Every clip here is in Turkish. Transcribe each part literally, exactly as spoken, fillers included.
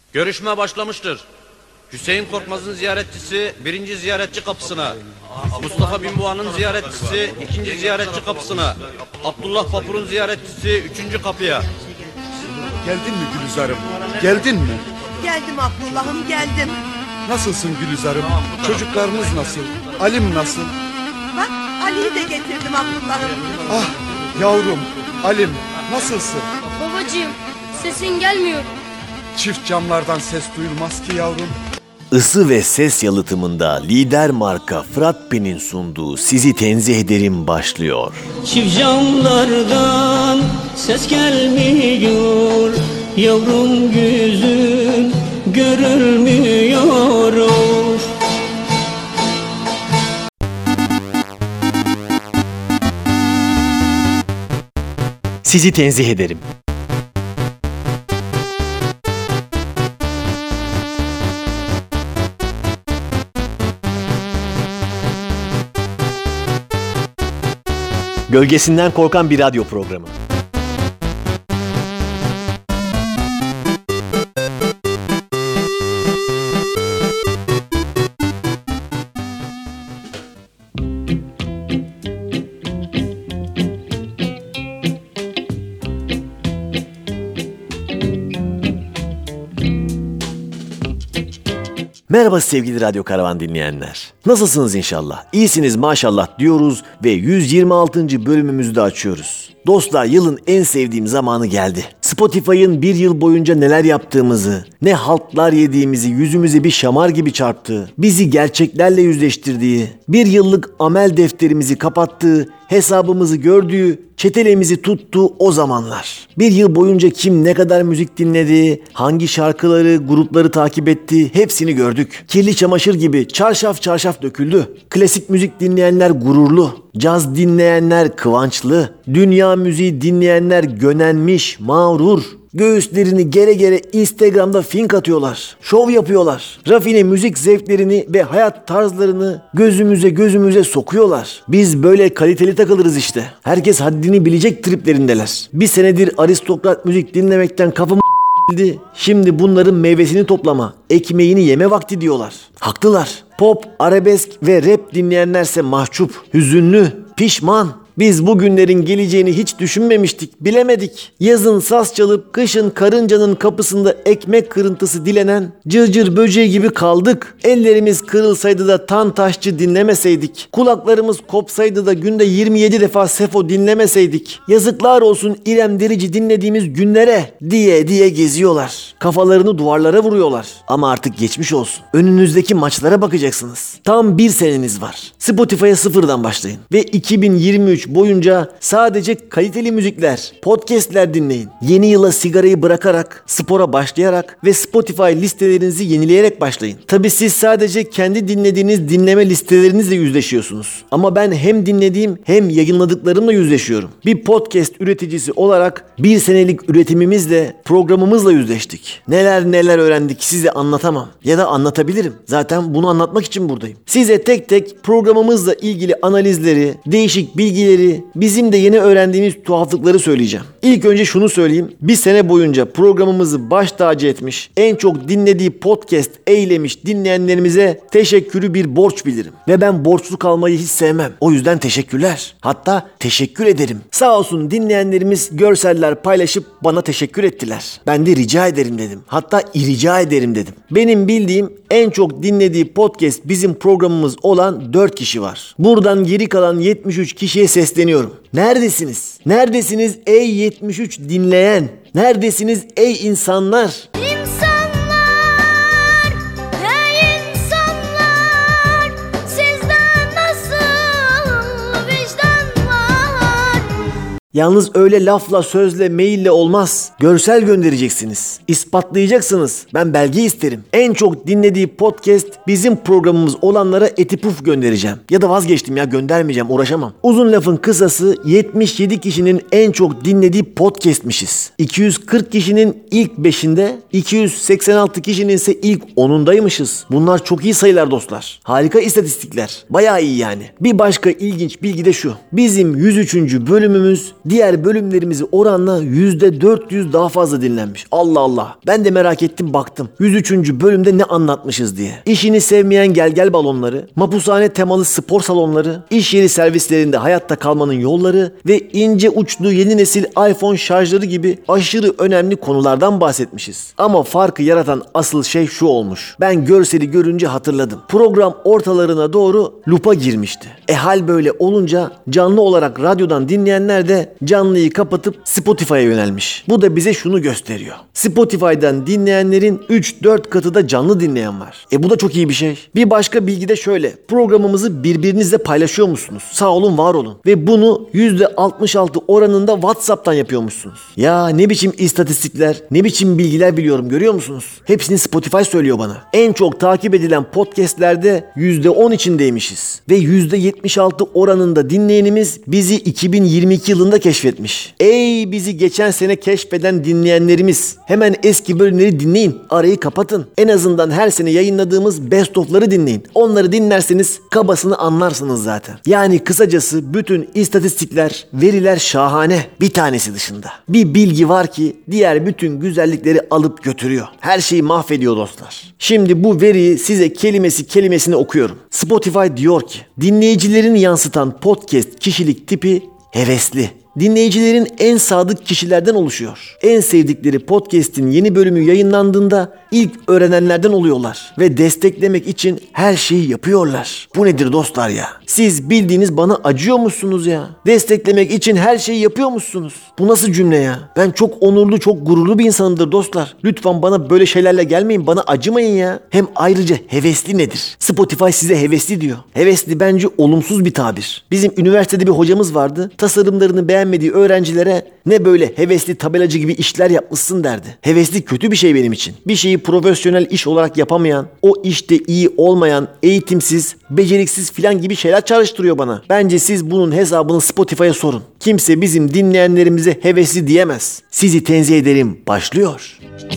Görüşme başlamıştır. Hüseyin Korkmaz'ın ziyaretçisi birinci ziyaretçi kapısına, Mustafa Binboğa'nın ziyaretçisi ikinci ziyaretçi kapısına, Abdullah Papur'un ziyaretçisi üçüncü kapıya. Geldin mi Gülizar'ım? Geldin mi? Geldim Abdullah'ım, geldim. Nasılsın Gülizar'ım? Çocuklarımız nasıl? Alim nasıl? Bak Ali'yi de getirdim Abdullah'ım. Ah yavrum, Alim nasılsın? Babacığım, sesin gelmiyor. Çift camlardan ses duyulmaz ki yavrum. Isı ve ses yalıtımında lider marka Fırat-Pen'in sunduğu Sizi Tenzih Ederim başlıyor. Çift camlardan ses gelmiyor, yavrum gözüm görülmüyor. Of. Sizi Tenzih Ederim. Gölgesinden korkan bir radyo programı. Merhaba sevgili Radyo Karavan dinleyenler. Nasılsınız inşallah? İyisiniz maşallah diyoruz ve yüz yirmi altıncı bölümümüzü de açıyoruz. Dostlar, yılın en sevdiğim zamanı geldi. Spotify'ın bir yıl boyunca neler yaptığımızı, ne haltlar yediğimizi, yüzümüze bir şamar gibi çarptığı, bizi gerçeklerle yüzleştirdiği, bir yıllık amel defterimizi kapattığı, hesabımızı gördüğü, çetelemizi tuttuğu o zamanlar. Bir yıl boyunca kim ne kadar müzik dinledi, hangi şarkıları, grupları takip etti, hepsini gördük. Kirli çamaşır gibi çarşaf çarşaf döküldü. Klasik müzik dinleyenler gururlu, caz dinleyenler kıvançlı, dünya müziği dinleyenler gönenmiş, mağrur. Göğüslerini gere gere Instagram'da fink atıyorlar. Şov yapıyorlar. Rafine müzik zevklerini ve hayat tarzlarını gözümüze gözümüze sokuyorlar. Biz böyle kaliteli takılırız işte. Herkes haddini bilecek triplerindeler. Bir senedir aristokrat müzik dinlemekten kafamı bildi. Şimdi bunların meyvesini toplama, ekmeğini yeme vakti diyorlar. Haklılar. Pop, arabesk ve rap dinleyenlerse mahcup, hüzünlü, pişman. Biz bu günlerin geleceğini hiç düşünmemiştik, bilemedik. Yazın saz çalıp kışın karıncanın kapısında ekmek kırıntısı dilenen cırcır böceği gibi kaldık. Ellerimiz kırılsaydı da tan taşçı dinlemeseydik. Kulaklarımız kopsaydı da günde yirmi yedi defa Sefo dinlemeseydik. Yazıklar olsun İrem Derici dinlediğimiz günlere diye diye geziyorlar. Kafalarını duvarlara vuruyorlar. Ama artık geçmiş olsun. Önünüzdeki maçlara bakacaksınız. Tam bir seneniz var. Spotify'a sıfırdan başlayın. Ve iki bin yirmi üç boyunca sadece kaliteli müzikler, podcastler dinleyin. Yeni yıla sigarayı bırakarak, spora başlayarak ve Spotify listelerinizi yenileyerek başlayın. Tabii siz sadece kendi dinlediğiniz dinleme listelerinizle yüzleşiyorsunuz. Ama ben hem dinlediğim hem yayınladıklarımla yüzleşiyorum. Bir podcast üreticisi olarak bir senelik üretimimizle, programımızla yüzleştik. Neler neler öğrendik size anlatamam. Ya da anlatabilirim. Zaten bunu anlatmak için buradayım. Size tek tek programımızla ilgili analizleri, değişik bilgileri, bizim de yeni öğrendiğimiz tuhaflıkları söyleyeceğim. İlk önce şunu söyleyeyim. Bir sene boyunca programımızı baş tacı etmiş, en çok dinlediği podcast eylemiş dinleyenlerimize teşekkürü bir borç bilirim. Ve ben borçlu kalmayı hiç sevmem. O yüzden teşekkürler. Hatta teşekkür ederim. Sağ olsun dinleyenlerimiz görseller paylaşıp bana teşekkür ettiler. Ben de rica ederim dedim. Hatta irica ederim dedim. Benim bildiğim en çok dinlediği podcast bizim programımız olan dört kişi var. Buradan geri kalan yetmiş üç kişiye sesleniyorum. Neredesiniz? Neredesiniz ey yetmiş üç dinleyen? Neredesiniz ey insanlar? İnsanlar, hey insanlar, sizden nasıl vicdan var? Yalnız öyle lafla, sözle, maille olmaz. Görsel göndereceksiniz. İspatlayacaksınız. Ben belge isterim. En çok dinlediği podcast bizim programımız olanlara etipuf göndereceğim. Ya da vazgeçtim ya, göndermeyeceğim, uğraşamam. Uzun lafın kısası yetmiş yedi kişinin en çok dinlediği podcastmişiz. iki yüz kırk kişinin ilk beşinde, iki yüz seksen altı kişinin ise ilk onundaymışız. Bunlar çok iyi sayılar dostlar. Harika istatistikler. Bayağı iyi yani. Bir başka ilginç bilgi de şu. Bizim yüz üçüncü bölümümüz Diğer bölümlerimizi oranla yüzde dört yüz daha fazla dinlenmiş. Allah Allah. Ben de merak ettim baktım. yüz üçüncü bölümde ne anlatmışız diye. İşini sevmeyen gel gel balonları, mapushane temalı spor salonları, iş yeri servislerinde hayatta kalmanın yolları ve ince uçlu yeni nesil iPhone şarjları gibi aşırı önemli konulardan bahsetmişiz. Ama farkı yaratan asıl şey şu olmuş. Ben görseli görünce hatırladım. Program ortalarına doğru loop'a girmişti. E hal böyle olunca canlı olarak radyodan dinleyenler de canlıyı kapatıp Spotify'a yönelmiş. Bu da bize şunu gösteriyor. Spotify'dan dinleyenlerin üç dört katı da canlı dinleyen var. E bu da çok iyi bir şey. Bir başka bilgi de şöyle. Programımızı birbirinizle paylaşıyor musunuz? Sağ olun, var olun. Ve bunu yüzde altmış altı oranında WhatsApp'tan yapıyormuşsunuz. Ya ne biçim istatistikler, ne biçim bilgiler biliyorum, görüyor musunuz? Hepsini Spotify söylüyor bana. En çok takip edilen podcastlerde yüzde on içindeymişiz. Ve yüzde yetmiş altı oranında dinleyenimiz bizi iki bin yirmi iki yılında keşfetmiş. Ey bizi geçen sene keşfeden dinleyenlerimiz, hemen eski bölümleri dinleyin. Arayı kapatın. En azından her sene yayınladığımız best of'ları dinleyin. Onları dinlerseniz kabasını anlarsınız zaten. Yani kısacası bütün istatistikler, veriler şahane. Bir tanesi dışında. Bir bilgi var ki diğer bütün güzellikleri alıp götürüyor. Her şeyi mahvediyor dostlar. Şimdi bu veriyi size kelimesi kelimesine okuyorum. Spotify diyor ki, dinleyicilerini yansıtan podcast kişilik tipi hevesli. Dinleyicilerin en sadık kişilerden oluşuyor. En sevdikleri podcast'in yeni bölümü yayınlandığında ilk öğrenenlerden oluyorlar. Ve desteklemek için her şeyi yapıyorlar. Bu nedir dostlar ya? Siz bildiğiniz bana acıyor musunuz ya? Desteklemek için her şeyi yapıyor musunuz? Bu nasıl cümle ya? Ben çok onurlu, çok gururlu bir insanımdır dostlar. Lütfen bana böyle şeylerle gelmeyin, bana acımayın ya. Hem ayrıca hevesli nedir? Spotify size hevesli diyor. Hevesli bence olumsuz bir tabir. Bizim üniversitede bir hocamız vardı. Tasarımlarını beğenmediği öğrencilere ne böyle hevesli tabelacı gibi işler yapmışsın derdi. Hevesli kötü bir şey benim için. Bir şeyi profesyonel iş olarak yapamayan, o işte iyi olmayan, eğitimsiz, beceriksiz filan gibi şeyler çağrıştırıyor bana. Bence siz bunun hesabını Spotify'a sorun. Kimse bizim dinleyenlerimize hevesli diyemez. Sizi tenzih ederim. Başlıyor.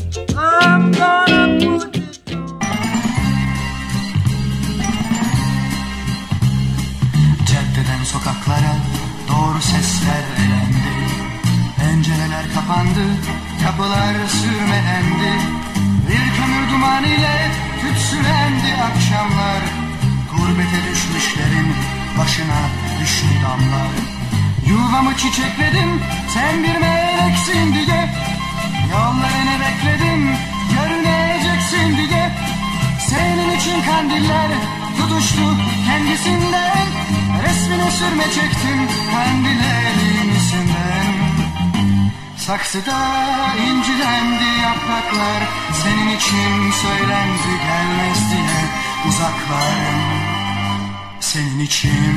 Caddeden sokaklara doğru sesler elendi. Pencereler kapandı, kapılar sürmelendi. Bir kömür duman ile tütsülendi akşamlar. Gurbete düşmüşlerin başına düştü damlar. Yuvamı çiçekledim, sen bir meleksin diye. Yollarını bekledim, görüneceksin diye. Senin için kandiller tutuştu kendisinden. Resmini sürme çektim kandillerin içinden. Saksıda incilendi yapraklar, senin için söylendi gelmez diye uzaklar. Senin için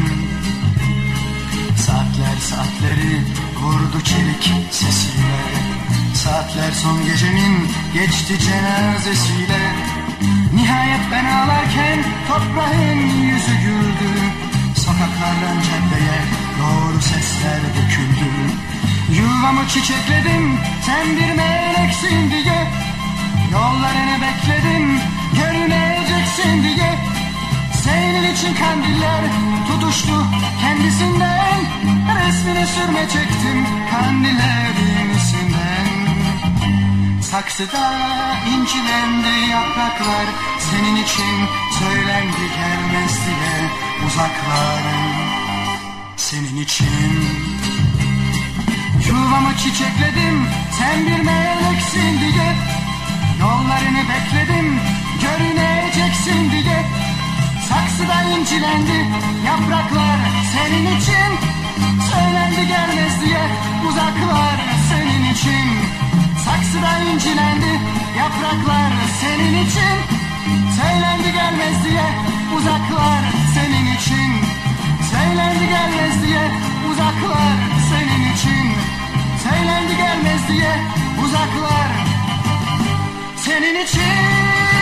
saatler saatleri vurdu çelik sesiyle. Saatler son gecenin geçti cenazesiyle. Nihayet ben ağlarken toprağın yüzü güldü. Sokaklardan caddeye doğru sesler döküldü. Yuvamı çiçekledim, sen bir meleksin diye. Yollarını bekledim, görüneceksin diye. Senin için kandiller tutuştu kendisinden. Resmini sürme çektim kandillerin içinden. Saksıda incilendi yapraklar, senin için söylendi gelmez diye uzaklar. Senin için yuvamı çiçekledim, sen bir meleksin diye. Yollarını bekledim, görüneceksin diye. Saksıda incilendi yapraklar, senin için söylendi gelmez diye uzaklar. Senin için saksıda incilendi yapraklar, senin için söylendi gelmez diye uzaklar. Senin için söylendi gelmez diye uzaklar. Senin için söylendi gelmez diye uzaklar. Senin için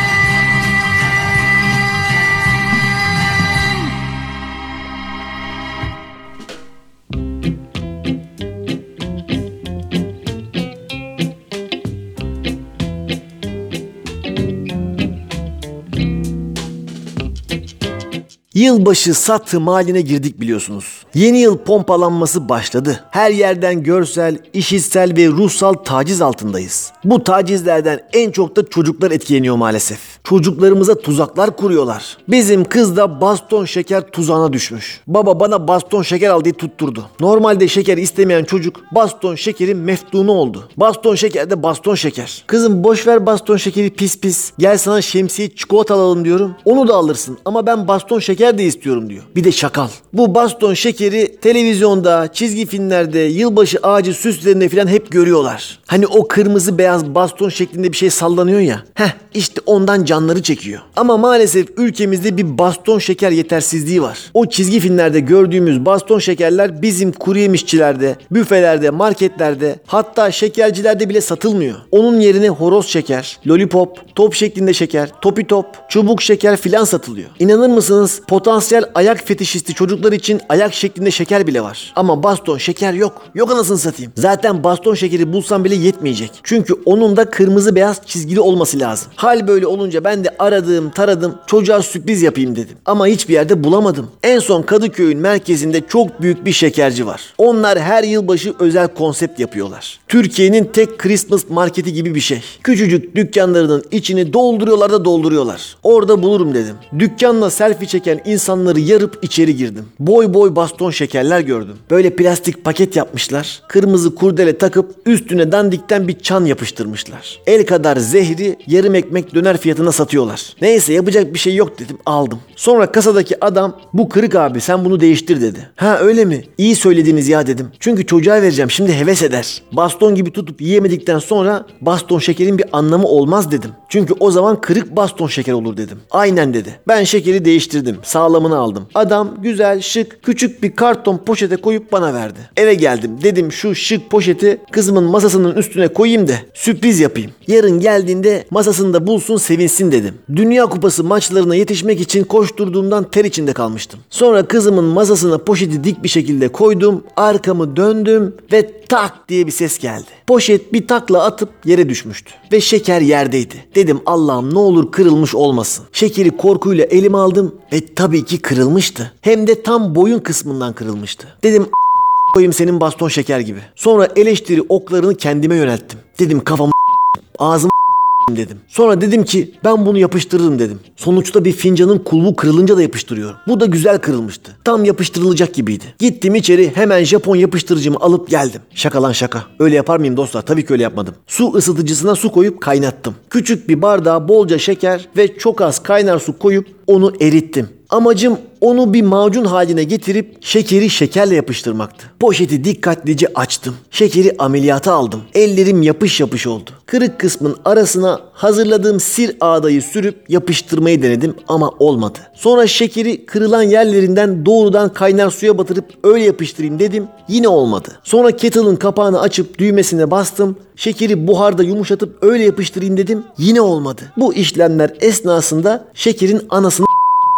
Yılbaşı satım haline girdik biliyorsunuz. Yeni yıl pompalanması başladı. Her yerden görsel, işitsel ve ruhsal taciz altındayız. Bu tacizlerden en çok da çocuklar etkileniyor maalesef. Çocuklarımıza tuzaklar kuruyorlar. Bizim kız da baston şeker tuzağına düşmüş. Baba bana baston şeker al diye tutturdu. Normalde şeker istemeyen çocuk baston şekerin meftunu oldu. Baston şeker de baston şeker. Kızım boş ver baston şekeri pis pis. Gel sana şemsiye çikolata alalım diyorum. Onu da alırsın ama ben baston şeker de istiyorum diyor. Bir de şakal. Bu baston şekeri televizyonda, çizgi filmlerde, yılbaşı ağacı süslerinde falan hep görüyorlar. Hani o kırmızı beyaz baston şeklinde bir şey sallanıyor ya. Heh işte ondan canları çekiyor. Ama maalesef ülkemizde bir baston şeker yetersizliği var. O çizgi filmlerde gördüğümüz baston şekerler bizim kuru yemişçilerde, büfelerde, marketlerde, hatta şekercilerde bile satılmıyor. Onun yerine horoz şeker, lollipop, top şeklinde şeker, topi top, çubuk şeker filan satılıyor. İnanır mısınız? Potansiyel ayak fetişisti çocuklar için ayak şeklinde şeker bile var. Ama baston şeker yok. Yok anasını satayım. Zaten baston şekeri bulsam bile yetmeyecek. Çünkü onun da kırmızı beyaz çizgili olması lazım. Hal böyle olunca ben de aradım, taradım, çocuğa sürpriz yapayım dedim. Ama hiçbir yerde bulamadım. En son Kadıköy'ün merkezinde çok büyük bir şekerci var. Onlar her yılbaşı özel konsept yapıyorlar. Türkiye'nin tek Christmas marketi gibi bir şey. Küçücük dükkanlarının içini dolduruyorlar da dolduruyorlar. Orada bulurum dedim. Dükkanla selfie çeken insanları yarıp içeri girdim. Boy boy baston şekerler gördüm. Böyle plastik paket yapmışlar. Kırmızı kurdele takıp üstüne dandikten bir çan yapıştırmışlar. El kadar zehri yarım ekmek döner fiyatına satıyorlar. Neyse yapacak bir şey yok dedim, aldım. Sonra kasadaki adam bu kırık abi sen bunu değiştir dedi. Ha öyle mi? İyi söylediniz ya dedim. Çünkü çocuğa vereceğim şimdi heves eder. Baston gibi tutup yiyemedikten sonra baston şekerin bir anlamı olmaz dedim. Çünkü o zaman kırık baston şeker olur dedim. Aynen dedi. Ben şekeri değiştirdim. Sağlamını aldım. Adam güzel, şık, küçük bir karton poşete koyup bana verdi. Eve geldim. Dedim şu şık poşeti kızımın masasının üstüne koyayım da sürpriz yapayım. Yarın geldiğinde masasında bulsun sevinsin dedim. Dünya Kupası maçlarına yetişmek için koşturduğumdan ter içinde kalmıştım. Sonra kızımın masasına poşeti dik bir şekilde koydum. Arkamı döndüm ve tak diye bir ses geldi. Poşet bir takla atıp yere düşmüştü. Ve şeker yerdeydi. Dedim Allah'ım ne olur kırılmış olmasın. Şekeri korkuyla elime aldım ve tabii ki kırılmıştı. Hem de tam boyun kısmından kırılmıştı. Dedim koyayım senin baston şeker gibi. Sonra eleştiri oklarını kendime yönelttim. Dedim kafamı ağzımı dedim. Sonra dedim ki ben bunu yapıştırırım dedim. Sonuçta bir fincanın kulbu kırılınca da yapıştırıyorum. Bu da güzel kırılmıştı. Tam yapıştırılacak gibiydi. Gittim içeri hemen Japon yapıştırıcımı alıp geldim. Şaka lan şaka. Öyle yapar mıyım dostlar? Tabii ki öyle yapmadım. Su ısıtıcısına su koyup kaynattım. Küçük bir bardağa bolca şeker ve çok az kaynar su koyup onu erittim. Amacım onu bir macun haline getirip şekeri şekerle yapıştırmaktı. Poşeti dikkatlice açtım. Şekeri ameliyata aldım. Ellerim yapış yapış oldu. Kırık kısmın arasına hazırladığım sir ağdayı sürüp yapıştırmayı denedim ama olmadı. Sonra şekeri kırılan yerlerinden doğrudan kaynar suya batırıp öyle yapıştırayım dedim. Yine olmadı. Sonra kettle'ın kapağını açıp düğmesine bastım. Şekeri buharda yumuşatıp öyle yapıştırayım dedim. Yine olmadı. Bu işlemler esnasında şekerin anasını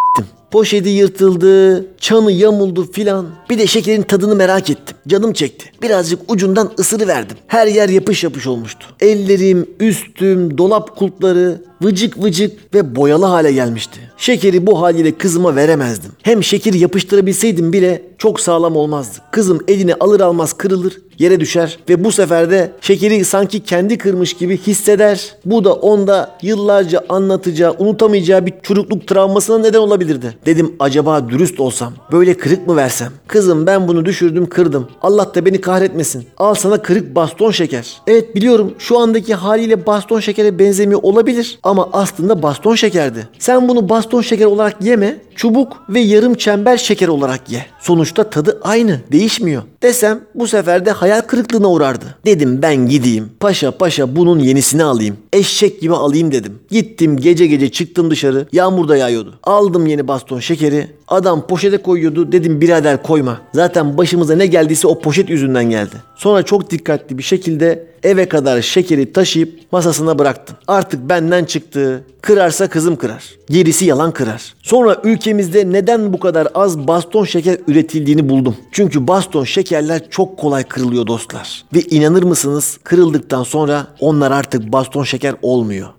poşeti yırtıldı, çanı yamuldu filan. Bir de şekerin tadını merak ettim. Canım çekti. Birazcık ucundan ısırıverdim. Her yer yapış yapış olmuştu. Ellerim, üstüm, dolap kulpları vıcık vıcık ve boyalı hale gelmişti. Şekeri bu haliyle kızıma veremezdim. Hem şekeri yapıştırabilseydim bile çok sağlam olmazdı. Kızım eline alır almaz kırılır, yere düşer ve bu sefer de şekeri sanki kendi kırmış gibi hisseder. Bu da onda yıllarca anlatacağı, unutamayacağı bir çocukluk travmasına neden olabilirdi. Dedim acaba dürüst olsam, böyle kırık mı versem? Kızım ben bunu düşürdüm, kırdım. Allah da beni kahretmesin. Al sana kırık baston şeker. Evet biliyorum şu andaki haliyle baston şekere benzemiyor olabilir ama aslında baston şekerdi. Sen bunu baston şeker olarak yeme, çubuk ve yarım çember şeker olarak ye. Sonuçta tadı aynı, değişmiyor desem bu sefer de hayal kırıklığına uğrardı. Dedim ben gideyim paşa paşa bunun yenisini alayım. Eşek gibi alayım dedim. Gittim gece gece çıktım dışarı. Yağmur da yağıyordu. Aldım yeni baston şekeri. Adam poşete koyuyordu. Dedim birader koyma. Zaten başımıza ne geldiyse o poşet yüzünden geldi. Sonra çok dikkatli bir şekilde eve kadar şekeri taşıyıp masasına bıraktım. Artık benden çıktı. Kırarsa kızım kırar. Gerisi yalan kırar. Sonra ülkemizde neden bu kadar az baston şeker üretildiğini buldum. Çünkü baston şekerler çok kolay kırılıyor dostlar. Ve inanır mısınız kırıldıktan sonra onlar artık baston şeker olmuyor.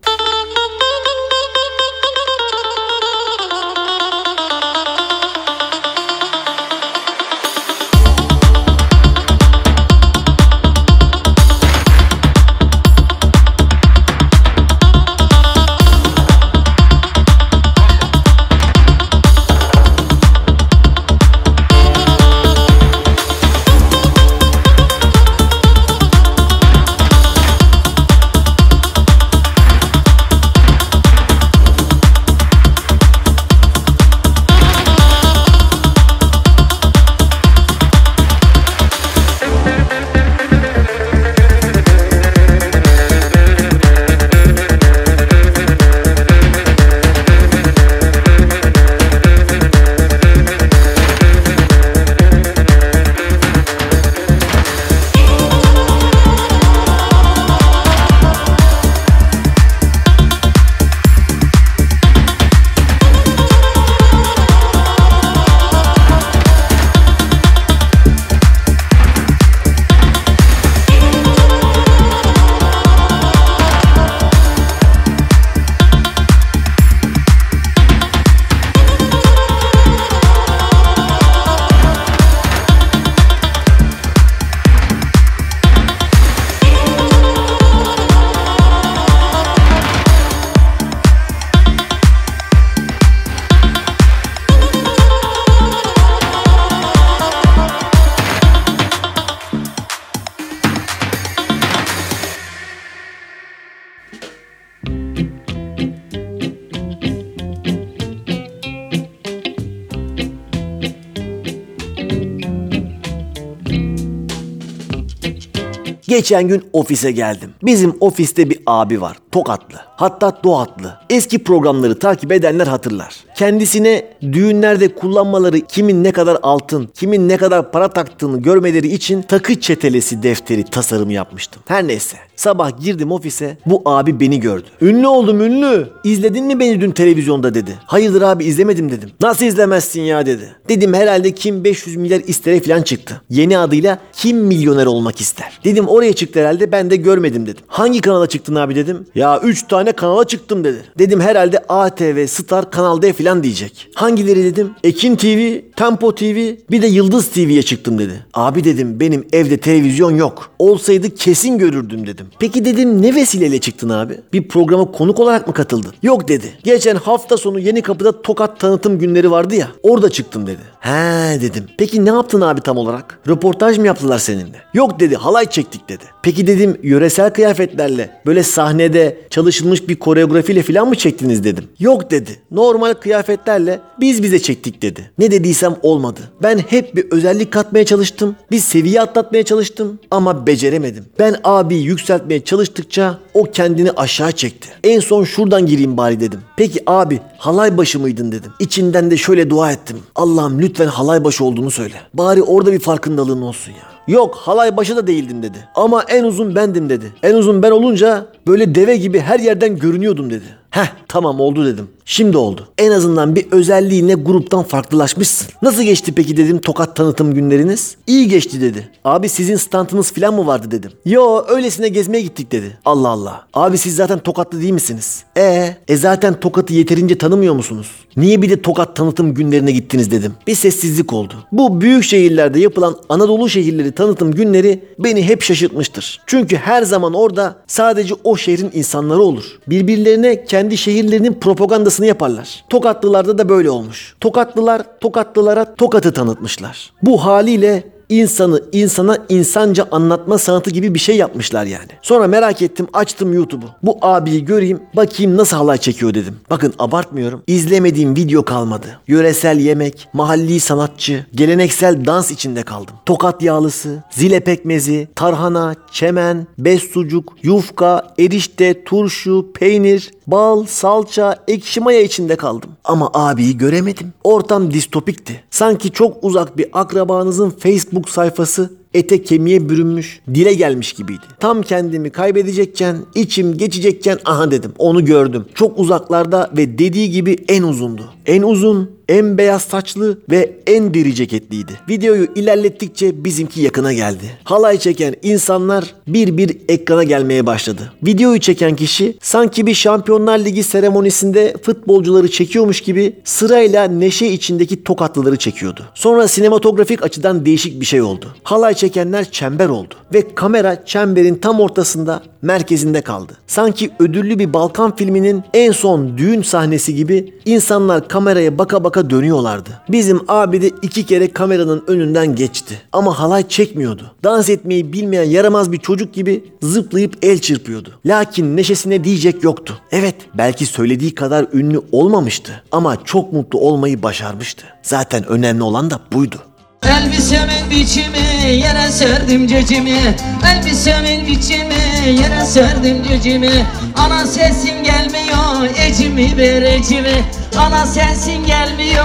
Geçen gün ofise geldim. Bizim ofiste bir abi var. Tokatlı. Hatta Doğatlı. Eski programları takip edenler hatırlar. Kendisine düğünlerde kullanmaları kimin ne kadar altın, kimin ne kadar para taktığını görmeleri için takı çetelesi defteri tasarımı yapmıştım. Her neyse. Sabah girdim ofise. Bu abi beni gördü. Ünlü oldum ünlü. İzledin mi beni dün televizyonda dedi. Hayırdır abi izlemedim dedim. Nasıl izlemezsin ya dedi. Dedim herhalde kim beş yüz milyar istere falan çıktı. Yeni adıyla kim milyoner olmak ister. Dedim oraya çıktı herhalde ben de görmedim dedim. Hangi kanala çıktın abi dedim. Ya üç tane kanala çıktım dedi. Dedim herhalde A T V, Star, Kanal D falan diyecek. Hangileri dedim. Ekin T V, Tempo T V bir de Yıldız T V'ye çıktım dedi. Abi dedim benim evde televizyon yok. Olsaydı kesin görürdüm dedim. Peki dedim ne vesileyle çıktın abi? Bir programa konuk olarak mı katıldın? Yok dedi. Geçen hafta sonu Yenikapı'da Tokat tanıtım günleri vardı ya. Orada çıktım dedi. He dedim. Peki ne yaptın abi tam olarak? Röportaj mı yaptılar seninle? Yok dedi halay çektik dedi. Peki dedim yöresel kıyafetlerle böyle sahnede çalışılmış bir koreografiyle falan mı çektiniz dedim. Yok dedi. Normal kıyafetlerle biz bize çektik dedi. Ne dediysem olmadı. Ben hep bir özellik katmaya çalıştım. Bir seviye atlatmaya çalıştım ama beceremedim. Ben abi yükseltmeye çalıştıkça o kendini aşağı çekti. En son şuradan gireyim bari dedim. Peki abi halay başı mıydın dedim. İçinden de şöyle dua ettim. Allah'ım lütfen halay başı olduğunu söyle. Bari orada bir farkındalığın olsun ya. Yok halay başı da değildim dedi. Ama en uzun bendim dedi. En uzun ben olunca böyle deve gibi her yerden görünüyordum dedi. Heh tamam oldu dedim. Şimdi oldu. En azından bir özelliğinle gruptan farklılaşmışsın. Nasıl geçti peki dedim Tokat tanıtım günleriniz? İyi geçti dedi. Abi sizin standınız falan mı vardı dedim. Yo öylesine gezmeye gittik dedi. Allah Allah. Abi siz zaten Tokatlı değil misiniz? E, e zaten Tokat'ı yeterince tanımıyor musunuz? Niye bir de Tokat tanıtım günlerine gittiniz dedim. Bir sessizlik oldu. Bu büyük şehirlerde yapılan Anadolu şehirleri tanıtım günleri beni hep şaşırtmıştır. Çünkü her zaman orada sadece o şehrin insanları olur. Birbirlerine kendi şehirlerinin propagandasını yaparlar. Tokatlılarda da böyle olmuş. Tokatlılar Tokatlılara Tokat'ı tanıtmışlar. Bu haliyle insanı insana insanca anlatma sanatı gibi bir şey yapmışlar yani. Sonra merak ettim açtım YouTube'u. Bu abiyi göreyim bakayım nasıl halay çekiyor dedim. Bakın abartmıyorum. İzlemediğim video kalmadı. Yöresel yemek, mahalli sanatçı, geleneksel dans içinde kaldım. Tokat yağlısı, zile pekmezi, tarhana, çemen, bez sucuk, yufka, erişte, turşu, peynir, bal, salça, ekşi maya içinde kaldım. Ama abiyi göremedim. Ortam distopikti. Sanki çok uzak bir akrabanızın Facebook sayfası ete kemiğe bürünmüş, dile gelmiş gibiydi. Tam kendimi kaybedecekken, içim geçecekken aha dedim. Onu gördüm. Çok uzaklarda ve dediği gibi en uzundu. En uzun, en beyaz saçlı ve en deri ceketliydi. Videoyu ilerlettikçe bizimki yakına geldi. Halay çeken insanlar bir bir ekrana gelmeye başladı. Videoyu çeken kişi sanki bir Şampiyonlar Ligi seremonisinde futbolcuları çekiyormuş gibi sırayla neşe içindeki Tokatlıları çekiyordu. Sonra sinematografik açıdan değişik bir şey oldu. Halay çekenler çember oldu ve kamera çemberin tam ortasında, merkezinde kaldı. Sanki ödüllü bir Balkan filminin en son düğün sahnesi gibi insanlar kameraya baka baka dönüyorlardı. Bizim abi de iki kere kameranın önünden geçti. Ama halay çekmiyordu. Dans etmeyi bilmeyen yaramaz bir çocuk gibi zıplayıp el çırpıyordu. Lakin neşesine diyecek yoktu. Evet, belki söylediği kadar ünlü olmamıştı ama çok mutlu olmayı başarmıştı. Zaten önemli olan da buydu. Elbisemin biçimi yere serdim cecimi. Elbisemin biçimi yere serdim cecimi. Ana sesin gelmiyor ecimi ver ecimi. Ana sesin gelmiyor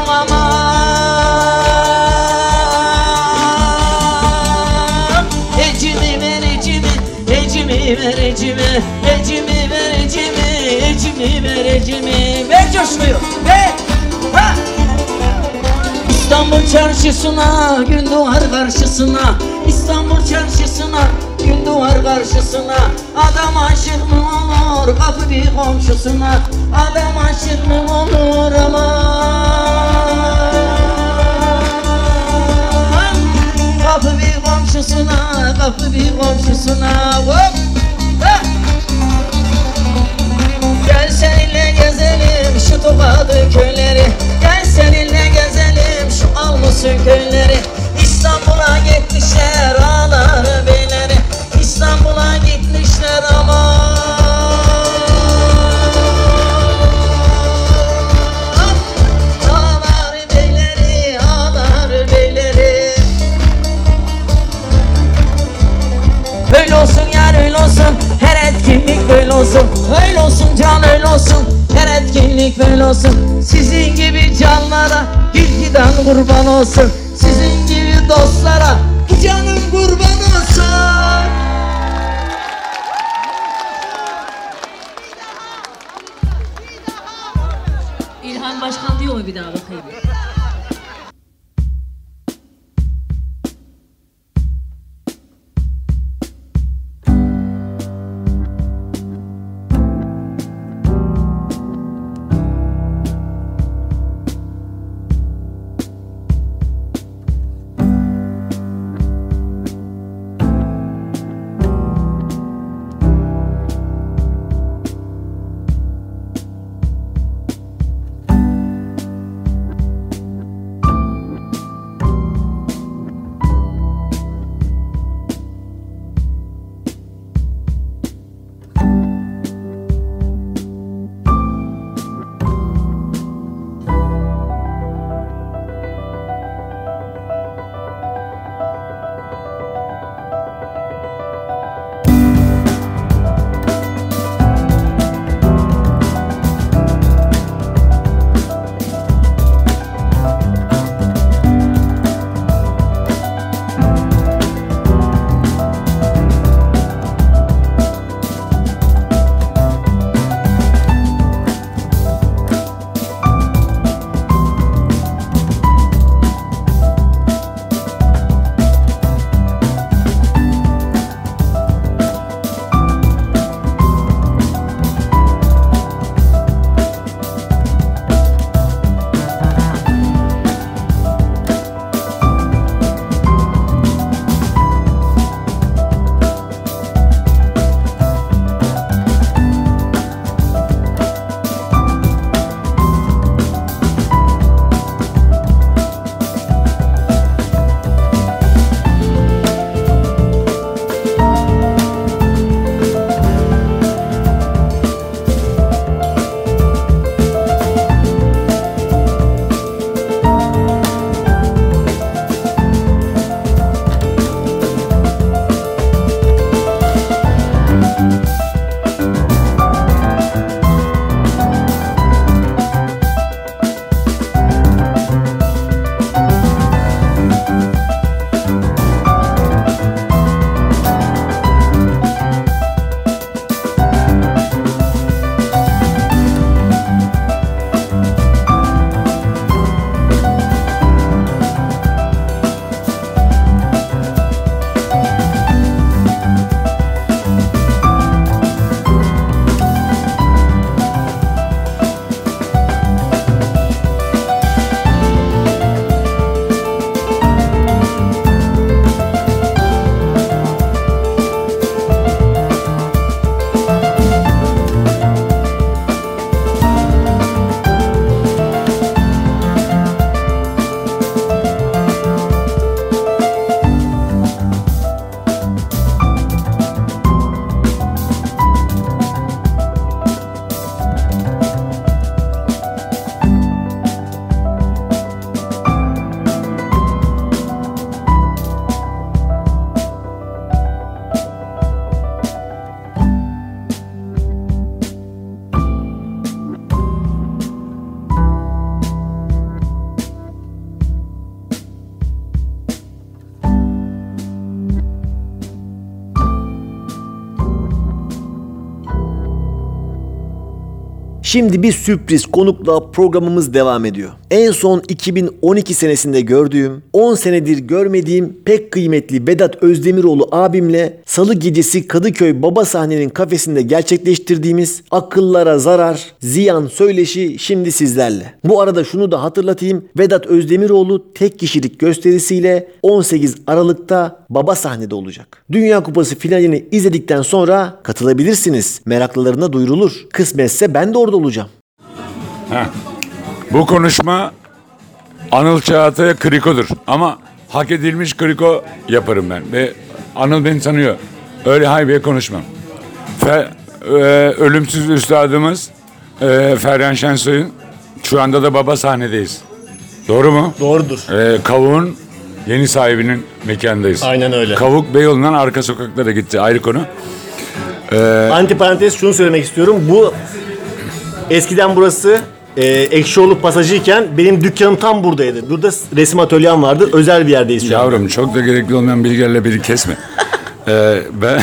aman. Ecimi ver ecimi, ecimi ver ecimi. Ecimi ver ecimi, ecimi ver ecimi. Ver coşkuyu ver. Ha! İstanbul çarşısına, gün duvar karşısına. İstanbul çarşısına, gün duvar karşısına. Adam aşık mı olur kapı bir komşusuna. Adam aşık mı olur aman. Kapı bir komşusuna, kapı bir komşusuna. Hop! Ha! Gel seninle gezelim şu Tokat'ı köyleri. Gel seninle gezelim şu Almus'un köyleri. İstanbul'a gitmişler ağları beyleri. İstanbul'a gitmişler aman. iyilik böyle olsun. Sizin gibi canlara gitgiden kurban olsun. Sizin gibi dostlara canım kurban olsun. İlhan Başkan diyor mu bir daha bakayım? Şimdi bir sürpriz konukla programımız devam ediyor. En son iki bin on iki senesinde gördüğüm, on senedir görmediğim pek kıymetli Vedat Özdemiroğlu abimle Salı gecesi Kadıköy Baba Sahne'nin kafesinde gerçekleştirdiğimiz akıllara zarar, ziyan söyleşi şimdi sizlerle. Bu arada şunu da hatırlatayım. Vedat Özdemiroğlu tek kişilik gösterisiyle on sekiz Aralık'ta Baba Sahne'de olacak. Dünya Kupası finalini izledikten sonra katılabilirsiniz. Meraklılarına duyurulur. Kısmetse ben de orada olacağım. Heh. Bu konuşma Anıl Çağatay'a krikodur. Ama hak edilmiş kriko yaparım ben. Ve Anıl beni tanıyor. Öyle haybiye konuşmam. Fe, e, ölümsüz üstadımız e, Ferhan Şensoy'un şu anda da Baba Sahne'deyiz. Doğru mu? Doğrudur. E, Kavuk'un yeni sahibinin mekandayız. Aynen öyle. Kavuk Beyoğlu'ndan arka sokaklara gitti. Ayrı konu. Antiparantez şunu söylemek istiyorum. Bu eskiden burası e, Ekşioğlu pasajıyken benim dükkanım tam buradaydı. Burada resim atölyem vardı. Özel bir yerdeyiz şu an. Yavrum çok da gerekli olmayan bilgilerle beni kesme. ee, ben...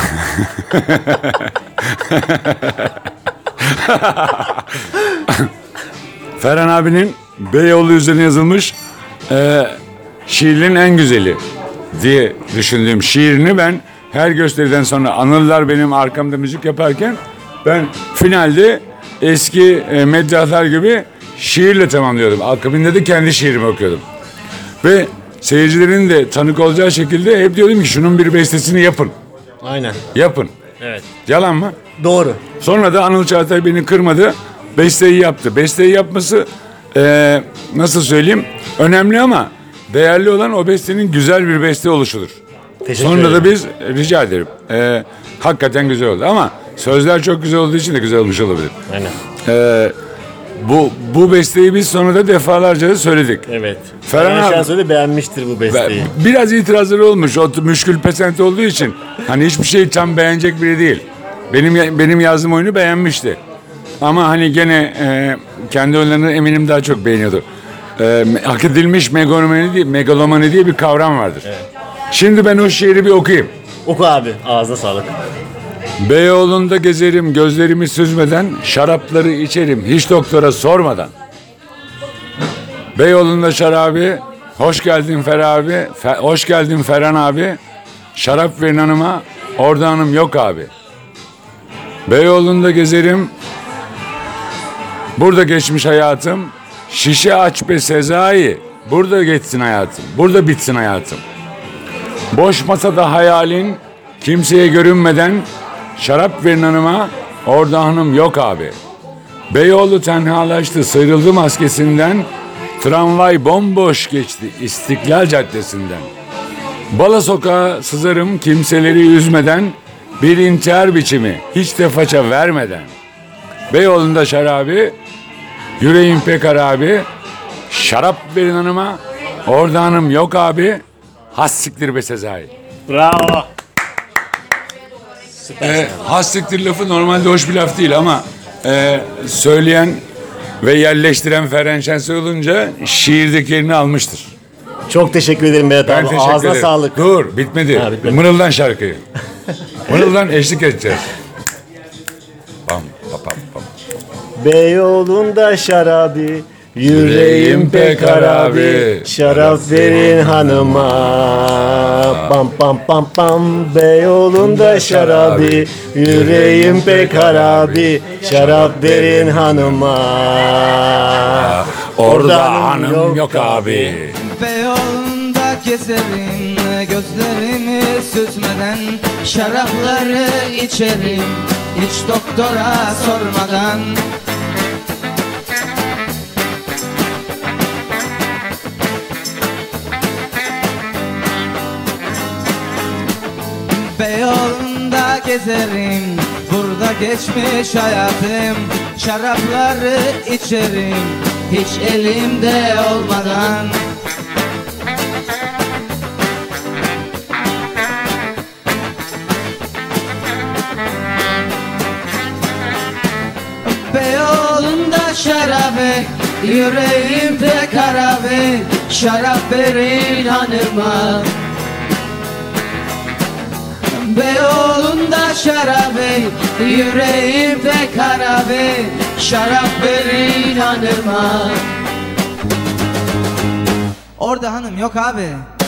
Ferhan abinin Beyoğlu üzerine yazılmış e, şiirlerin en güzeli diye düşündüğüm şiirini ben her gösteriden sonra Anıllar benim arkamda müzik yaparken ben finalde eski e, medyahlar gibi şiirle tamamlıyordum. Akabinde de kendi şiirimi okuyordum. Ve seyircilerin de tanık olacağı şekilde hep diyordum ki şunun bir bestesini yapın. Aynen. Yapın. Evet. Yalan mı? Doğru. Sonra da Anıl Çağatay beni kırmadı. Besteyi yaptı. Besteyi yapması e, nasıl söyleyeyim önemli ama değerli olan o bestenin güzel bir beste oluşudur. Teşekkür Sonra ederim. da biz rica ederim. E, hakikaten güzel oldu ama sözler çok güzel olduğu için de güzel olmuş olabilir. Aynen. E, bu bu besteyi biz sonra da defalarca da söyledik. Evet. Ferhan Ferhan abi- Şensoy da beğenmiştir bu besteyi. Biraz itirazları olmuş. O müşkül pesent olduğu için hani hiçbir şey tam beğenecek biri değil. Benim benim yazdığım oyunu beğenmişti. Ama hani gene e, kendi oyunlarını eminim daha çok beğeniyordu. E, hak edilmiş megalomani diye, megalomani diye bir kavram vardır. Şimdi ben o şiiri bir okuyayım. Oku abi. Ağzına sağlık. Beyoğlu'nda gezerim gözlerimi süzmeden, şarapları içerim hiç doktora sormadan. Beyoğlu'nda şarabi, hoş geldin Fer abi, Fe- hoş geldin Ferhan abi. Şarap verin hanıma, orada hanım yok abi. Beyoğlu'nda gezerim, burada geçmiş hayatım. Şişe aç be Sezai, burada geçsin hayatım, burada bitsin hayatım. Boş masada hayalin, kimseye görünmeden, şarap verin hanıma, orada hanım yok abi. Beyoğlu tenhalaştı, sıyrıldı maskesinden, tramvay bomboş geçti İstiklal Caddesi'nden. Bala sokağa sızarım kimseleri üzmeden, bir intihar biçimi hiç de faça vermeden. Beyoğlu'nda şarabi, yüreğim pek harabi, şarap verin hanıma, orada hanım yok abi, has siktir be Sezai. Bravo. E, has siktir lafı normalde hoş bir laf değil ama e, söyleyen ve yerleştiren Ferhan Şensoy olunca şiirdeki yerini almıştır. Çok teşekkür ederim Berat Ben abi. teşekkür Ağzına ederim. sağlık. Dur bitmedi. Ha, bitmedi. Mırıldan şarkıyı. Mırıldan eşlik edeceğiz. Pam, pam, pam, pam. Beyoğlu'nda şarabi, yüreğim pek harabi, şarap verin hanıma. Pam pam pam pam. Beyoğlu'nda şarabi, yüreğim pek harabi, şarap verin hanıma. Orada hanım yok abi. Beyoğlu'nda gezerim, gözlerimi süzmeden, şarapları içerim, hiç doktora sormadan. Beyoğlu'nda gezerim, burada geçmiş hayatım, şarapları içerim, hiç elimde olmadan. Beyoğlu'nda şarabe, yüreğimde karabe, şarap verin hanıma. Beyoğlu'nda şarabe, yüreğimde karabe, şarap verin hanıma. Orada hanım yok abi.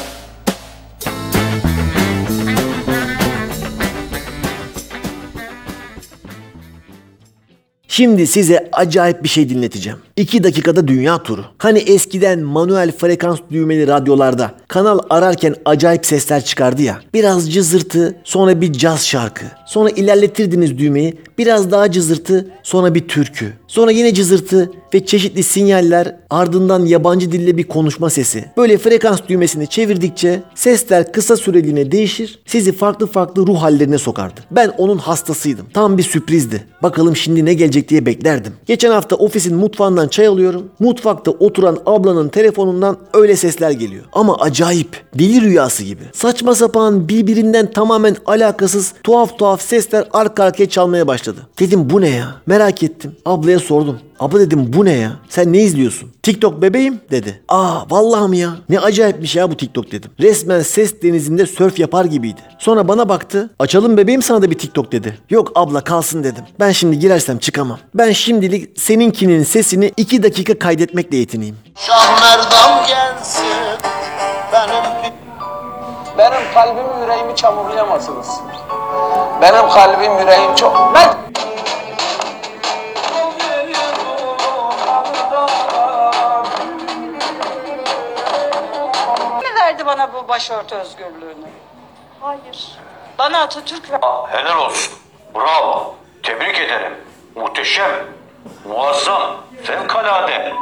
Şimdi size acayip bir şey dinleteceğim. İki dakikada dünya turu. Hani eskiden manuel frekans düğmeli radyolarda kanal ararken acayip sesler çıkardı ya. Biraz cızırtı, sonra bir caz şarkı. Sonra ilerletirdiniz düğmeyi, biraz daha cızırtı, sonra bir türkü. Sonra yine cızırtı ve çeşitli sinyaller, ardından yabancı dille bir konuşma sesi. Böyle frekans düğmesini çevirdikçe sesler kısa süreliğine değişir, sizi farklı farklı ruh hallerine sokardı. Ben onun hastasıydım. Tam bir sürprizdi. Bakalım şimdi ne gelecek diye beklerdim. Geçen hafta ofisin mutfağından çay alıyorum. Mutfakta oturan ablanın telefonundan öyle sesler geliyor. Ama acayip, deli rüyası gibi. Saçma sapan, birbirinden tamamen alakasız, tuhaf tuhaf tuhaf sesler arka arkaya çalmaya başladı. Dedim bu ne ya? Merak ettim. Ablaya sordum. Abla dedim bu ne ya? Sen ne izliyorsun? TikTok bebeğim dedi. Aa vallahi mi ya? Ne acayipmiş ya bu TikTok dedim. Resmen ses denizinde sörf yapar gibiydi. Sonra bana baktı. Açalım bebeğim sana da bir TikTok dedi. Yok abla kalsın dedim. Ben şimdi girersem çıkamam. Ben şimdilik seninkinin sesini iki dakika kaydetmekle yetineyim. Şahmerdan gelsin benim... Benim kalbimi yüreğimi çamurlayamazsınız. Benim kalbim yüreğim çok... Ben... Kim verdi bana bu başörtü özgürlüğünü? Hayır. Bana Atatürk ver. Helal olsun. Bravo. Tebrik ederim. Muhteşem. Muazzam. Fevkalade.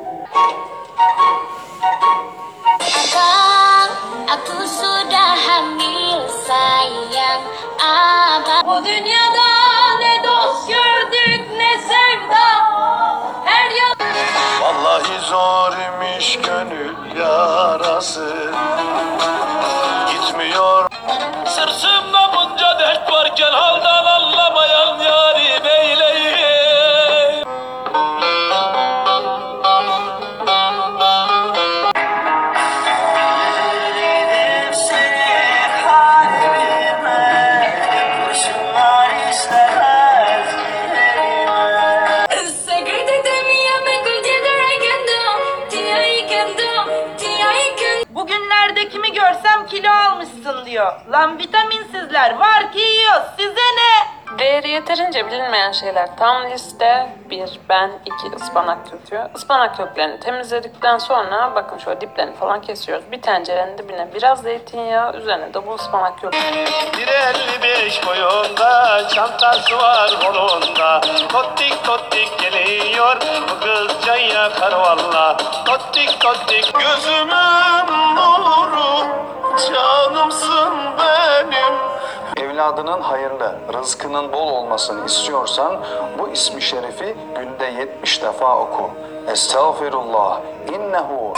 Abang, aku sudah hamil sayang. Abang. Bu dünyada ne dost gördük ne sevda. Her yan... Vallahi zor imiş gönül yarası. Gitmiyor. Sırtımda bunca dert varken haldan anlamayan yâri beyleyim. Bugünlerde kimi görsem kilo almışsın diyor. Lan vitaminsizler var ki yiyor. Size ne? Değeri yeterince bilinmeyen şeyler tam liste. Bir, ben, iki, ıspanak kökü. Ispanak köklerini temizledikten sonra bakın şöyle diplerini falan kesiyoruz. Bir tencerenin dibine biraz zeytinyağı, üzerine de bu ıspanak kökü. bir elli beş boyunda çantası var kolunda. Tottik tottik geliyor bu kız can yakar valla. Tottik tottik gözümün nuru canımsın benim. Evladının hayırlı, rızkının bol olmasını istiyorsan bu ismi şerifi günde yetmiş defa oku. Estağfirullah, innehu.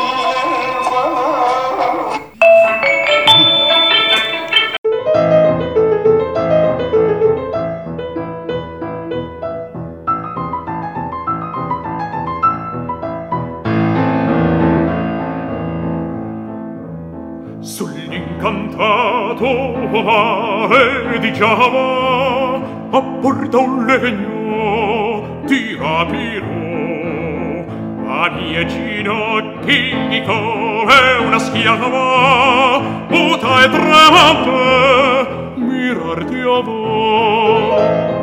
Sull'incantato mare di Giava apporta un legno, ti rapirò. A mie ginocchi come una schiava, muta e tremante, mirarti avrò.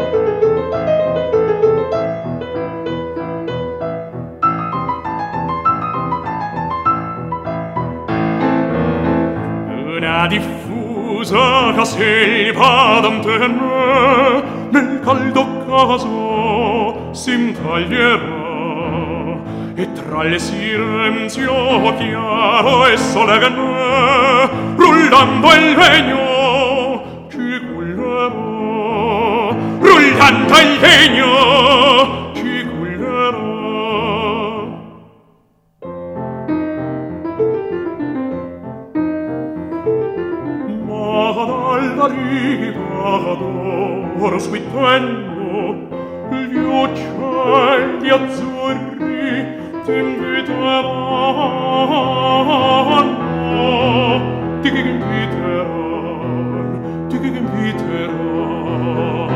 Una diffusa selva d'antenne nel caldo caso s'intaglierà e tra il silenzio chiaro e solenne rullando il legno ci cullerà, rullando il legno ci cullerà. Dalla riva d'oro sguittando gli uccelli azzurri ti inviteranno, ti inviteranno, ti inviteranno.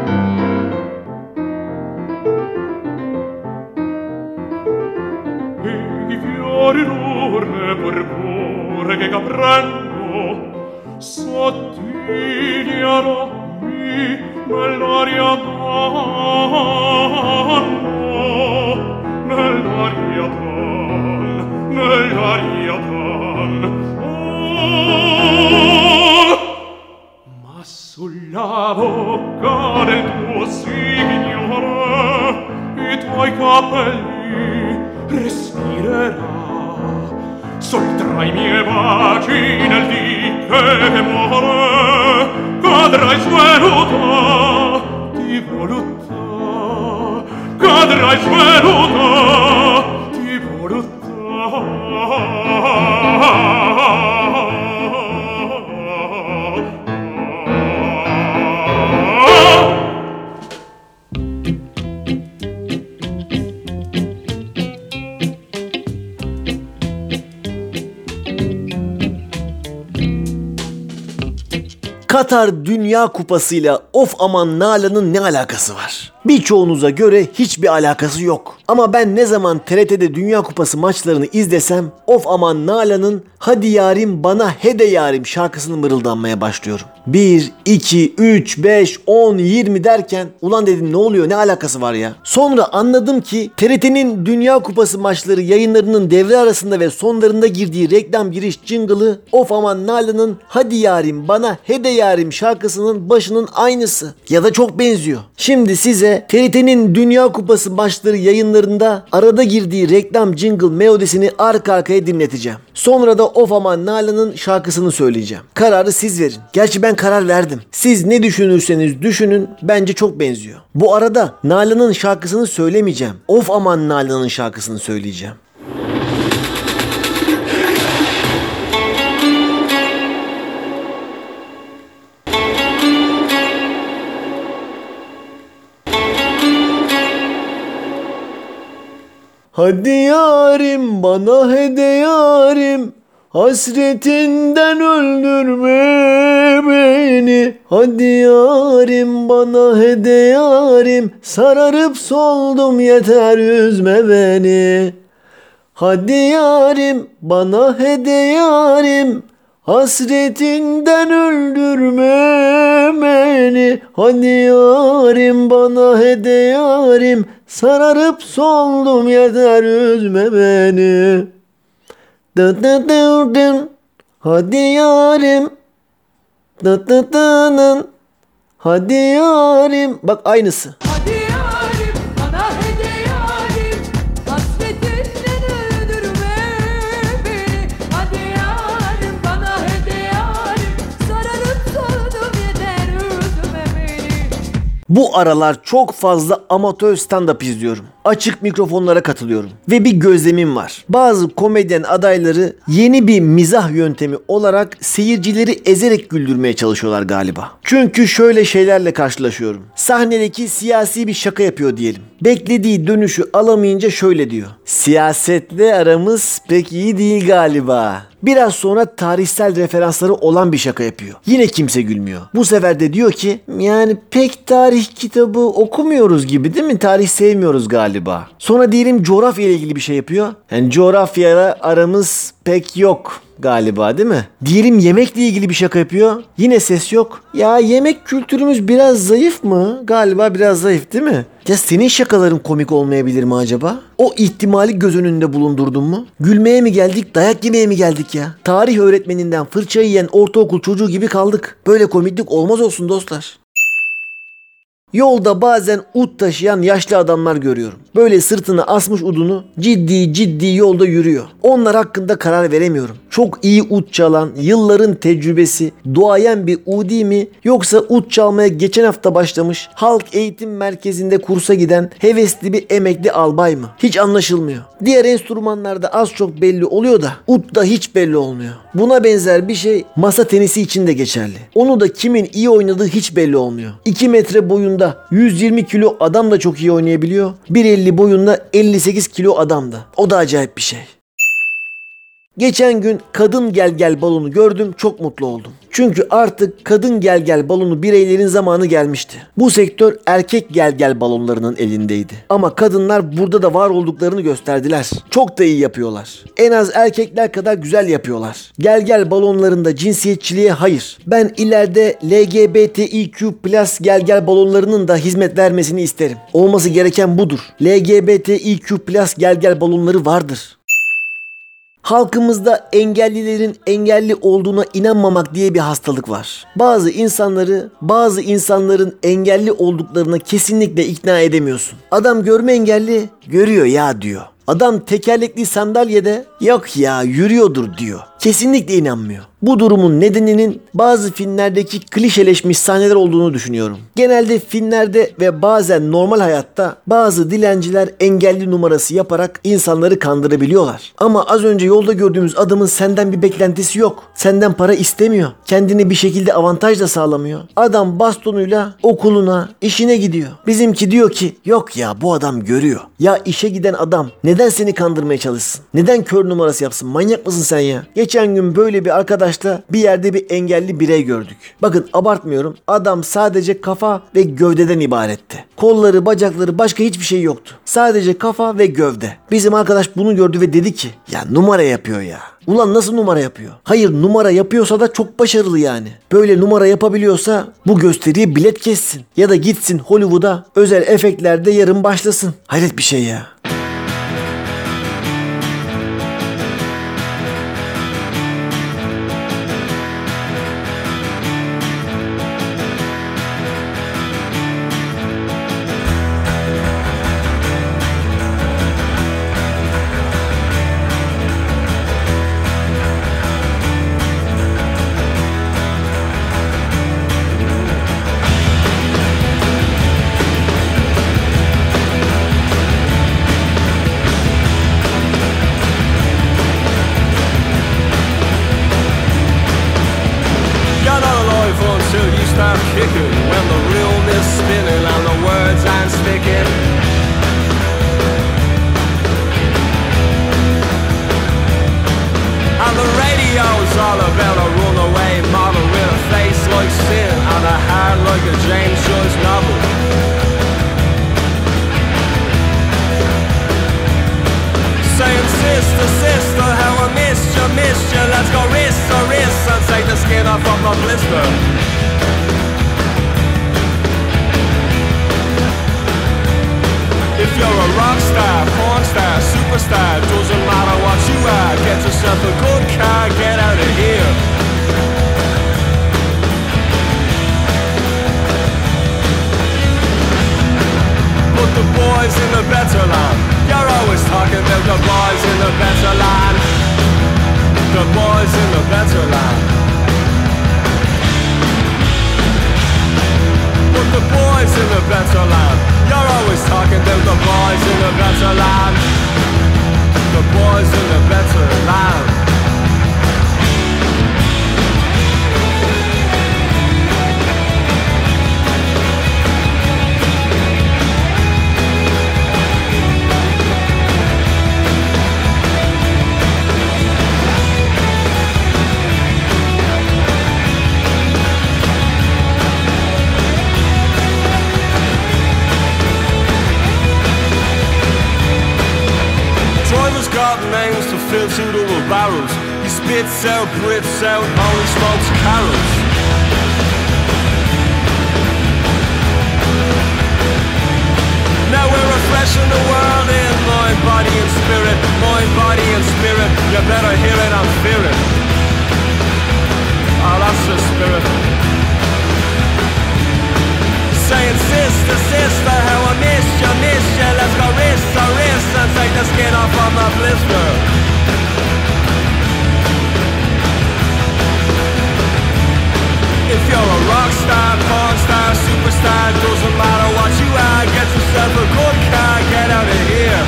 E i fiori d'orme purpure che caprendo sottigliarmi nell'aria d'anno, nell'aria d'anno, nell'aria d'anno. Oh, ma sulla bocca del tuo signore i tuoi capelli respirerà. Sol tra i miei baci nel dì che muore cadrai svenuta di voluttà, cadrai svenuta di voluttà. Katar Dünya Kupası'yla of aman Nalan'ın ne alakası var? Birçoğunuza göre hiçbir alakası yok. Ama ben ne zaman T R T'de Dünya Kupası maçlarını izlesem of aman Nalan'ın hadi yarim bana hede yarim şarkısını mırıldanmaya başlıyorum. bir, iki, üç, beş, on, yirmi derken ulan dedim ne oluyor, ne alakası var ya? Sonra anladım ki T R T'nin Dünya Kupası maçları yayınlarının devre arasında ve sonlarında girdiği reklam giriş jingle'ı of aman Nalan'ın hadi yarim bana hede yarim şarkısının başının aynısı ya da çok benziyor. Şimdi size T R T'nin Dünya Kupası maçları yayınlarında arada girdiği reklam jingle melodisini arka arkaya dinleteceğim. Sonra da of aman Nalan'ın şarkısını söyleyeceğim. Kararı siz verin. Gerçi ben karar verdim. Siz ne düşünürseniz düşünün, bence çok benziyor. Bu arada Nalan'ın şarkısını söylemeyeceğim. Of aman Nalan'ın şarkısını söyleyeceğim. Hadi yarim bana hede yarim, hasretinden öldürme beni. Hadi yarim bana hede yarim, sararıp soldum yeter üzme beni. Hadi yarim bana hede yarim, hasretinden öldürme beni. Hadi yarim bana hede yarim, sararıp soldum yeter üzme beni. Dı dı dı dı. Hadi yarim. Dı dı dı dı. Hadi yarim. Bak aynısı. Hadi yarim bana hede yarim, hasretinden öldürme beni. Hadi yarim bana hede yarim, sararıp soldum yeter üzme beni. Bu aralar çok fazla amatör stand-up izliyorum. Açık mikrofonlara katılıyorum. Ve bir gözlemim var. Bazı komedyen adayları yeni bir mizah yöntemi olarak seyircileri ezerek güldürmeye çalışıyorlar galiba. Çünkü şöyle şeylerle karşılaşıyorum. Sahnedeki siyasi bir şaka yapıyor diyelim. Beklediği dönüşü alamayınca şöyle diyor. Siyasetle aramız pek iyi değil galiba. Biraz sonra tarihsel referansları olan bir şaka yapıyor. Yine kimse gülmüyor. Bu sefer de diyor ki yani pek tarih kitabı okumuyoruz gibi değil mi? Tarih sevmiyoruz galiba. Sonra diyelim coğrafya ile ilgili bir şey yapıyor. Yani coğrafyayla aramız pek yok galiba değil mi? Diyelim yemekle ilgili bir şaka yapıyor. Yine ses yok. Ya yemek kültürümüz biraz zayıf mı? Galiba biraz zayıf değil mi? Ya senin şakaların komik olmayabilir mi acaba? O ihtimali göz önünde bulundurdun mu? Gülmeye mi geldik, dayak yemeye mi geldik ya? Tarih öğretmeninden fırça yiyen ortaokul çocuğu gibi kaldık. Böyle komiklik olmaz olsun dostlar. Yolda bazen ud taşıyan yaşlı adamlar görüyorum. Böyle sırtına asmış udunu ciddi ciddi yolda yürüyor. Onlar hakkında karar veremiyorum. Çok iyi ud çalan, yılların tecrübesi, duayen bir udi mi yoksa ud çalmaya geçen hafta başlamış, halk eğitim merkezinde kursa giden hevesli bir emekli albay mı? Hiç anlaşılmıyor. Diğer enstrümanlarda az çok belli oluyor da udda hiç belli olmuyor. Buna benzer bir şey masa tenisi için de geçerli. Onu da kimin iyi oynadığı hiç belli olmuyor. iki metre boyunda yüz yirmi kilo adam da çok iyi oynayabiliyor. bir elli boyunda elli sekiz kilo adam da. O da acayip bir şey. Geçen gün kadın gel gel balonu gördüm, çok mutlu oldum. Çünkü artık kadın gel gel balonu bireylerin zamanı gelmişti. Bu sektör erkek gel gel balonlarının elindeydi. Ama kadınlar burada da var olduklarını gösterdiler. Çok da iyi yapıyorlar. En az erkekler kadar güzel yapıyorlar. Gel gel balonlarında cinsiyetçiliğe hayır. Ben ileride L G B T İ Q plus gel gel balonlarının da hizmet vermesini isterim. Olması gereken budur. L G B T İ Q plus gel gel balonları vardır. Halkımızda engellilerin engelli olduğuna inanmamak diye bir hastalık var. Bazı insanları, bazı insanların engelli olduklarına kesinlikle ikna edemiyorsun. Adam görme engelli, görüyor ya diyor. Adam tekerlekli sandalyede yok ya yürüyordur diyor. Kesinlikle inanmıyor. Bu durumun nedeninin bazı filmlerdeki klişeleşmiş sahneler olduğunu düşünüyorum. Genelde filmlerde ve bazen normal hayatta bazı dilenciler engelli numarası yaparak insanları kandırabiliyorlar. Ama az önce yolda gördüğümüz adamın senden bir beklentisi yok. Senden para istemiyor. Kendini bir şekilde avantaj da sağlamıyor. Adam bastonuyla okuluna, işine gidiyor. Bizimki diyor ki yok ya bu adam görüyor. Ya işe giden adam neden seni kandırmaya çalışsın? Neden kör numarası yapsın? Manyak mısın sen ya? Geç Geçen gün böyle bir arkadaşla bir yerde bir engelli birey gördük. Bakın abartmıyorum. Adam sadece kafa ve gövdeden ibaretti. Kolları, bacakları, başka hiçbir şey yoktu. Sadece kafa ve gövde. Bizim arkadaş bunu gördü ve dedi ki ya numara yapıyor ya. Ulan nasıl numara yapıyor? Hayır, numara yapıyorsa da çok başarılı yani. Böyle numara yapabiliyorsa bu gösteriye bilet kessin. Ya da gitsin Hollywood'a özel efektlerde yarın başlasın. Hayret bir şey ya. Kicking when the realness spinning and the words aren't sticking. And the radio's all about a runaway model with a face like sin and a heart like a James Joyce novel. Saying sister, sister, how I missed you, missed you. Let's go wrist to wrist and take the skin off of my blister. If you're a rock star, porn star, superstar, doesn't matter what you are. Get yourself a good car, get out of here. Put the boys in the better land. You're always talking about the boys in the better land. The boys in the better land. Put the boys in the better land. You're always talking about the boys in the better land. The boys in the better land. Names to fill two double barrels. He spits out, Brits out, only smokes carols. Now we're refreshing the world in mind, body and spirit. Mind, body and spirit. You better hear it and fear it. Oh, that's the spirit. Saying sister, sister, how I missed you, missed you. Let's go wrist to wrist and take the skin off of my blister. If you're a rock star, porn star, superstar, doesn't matter what you are. Get yourself a good car, get out of here.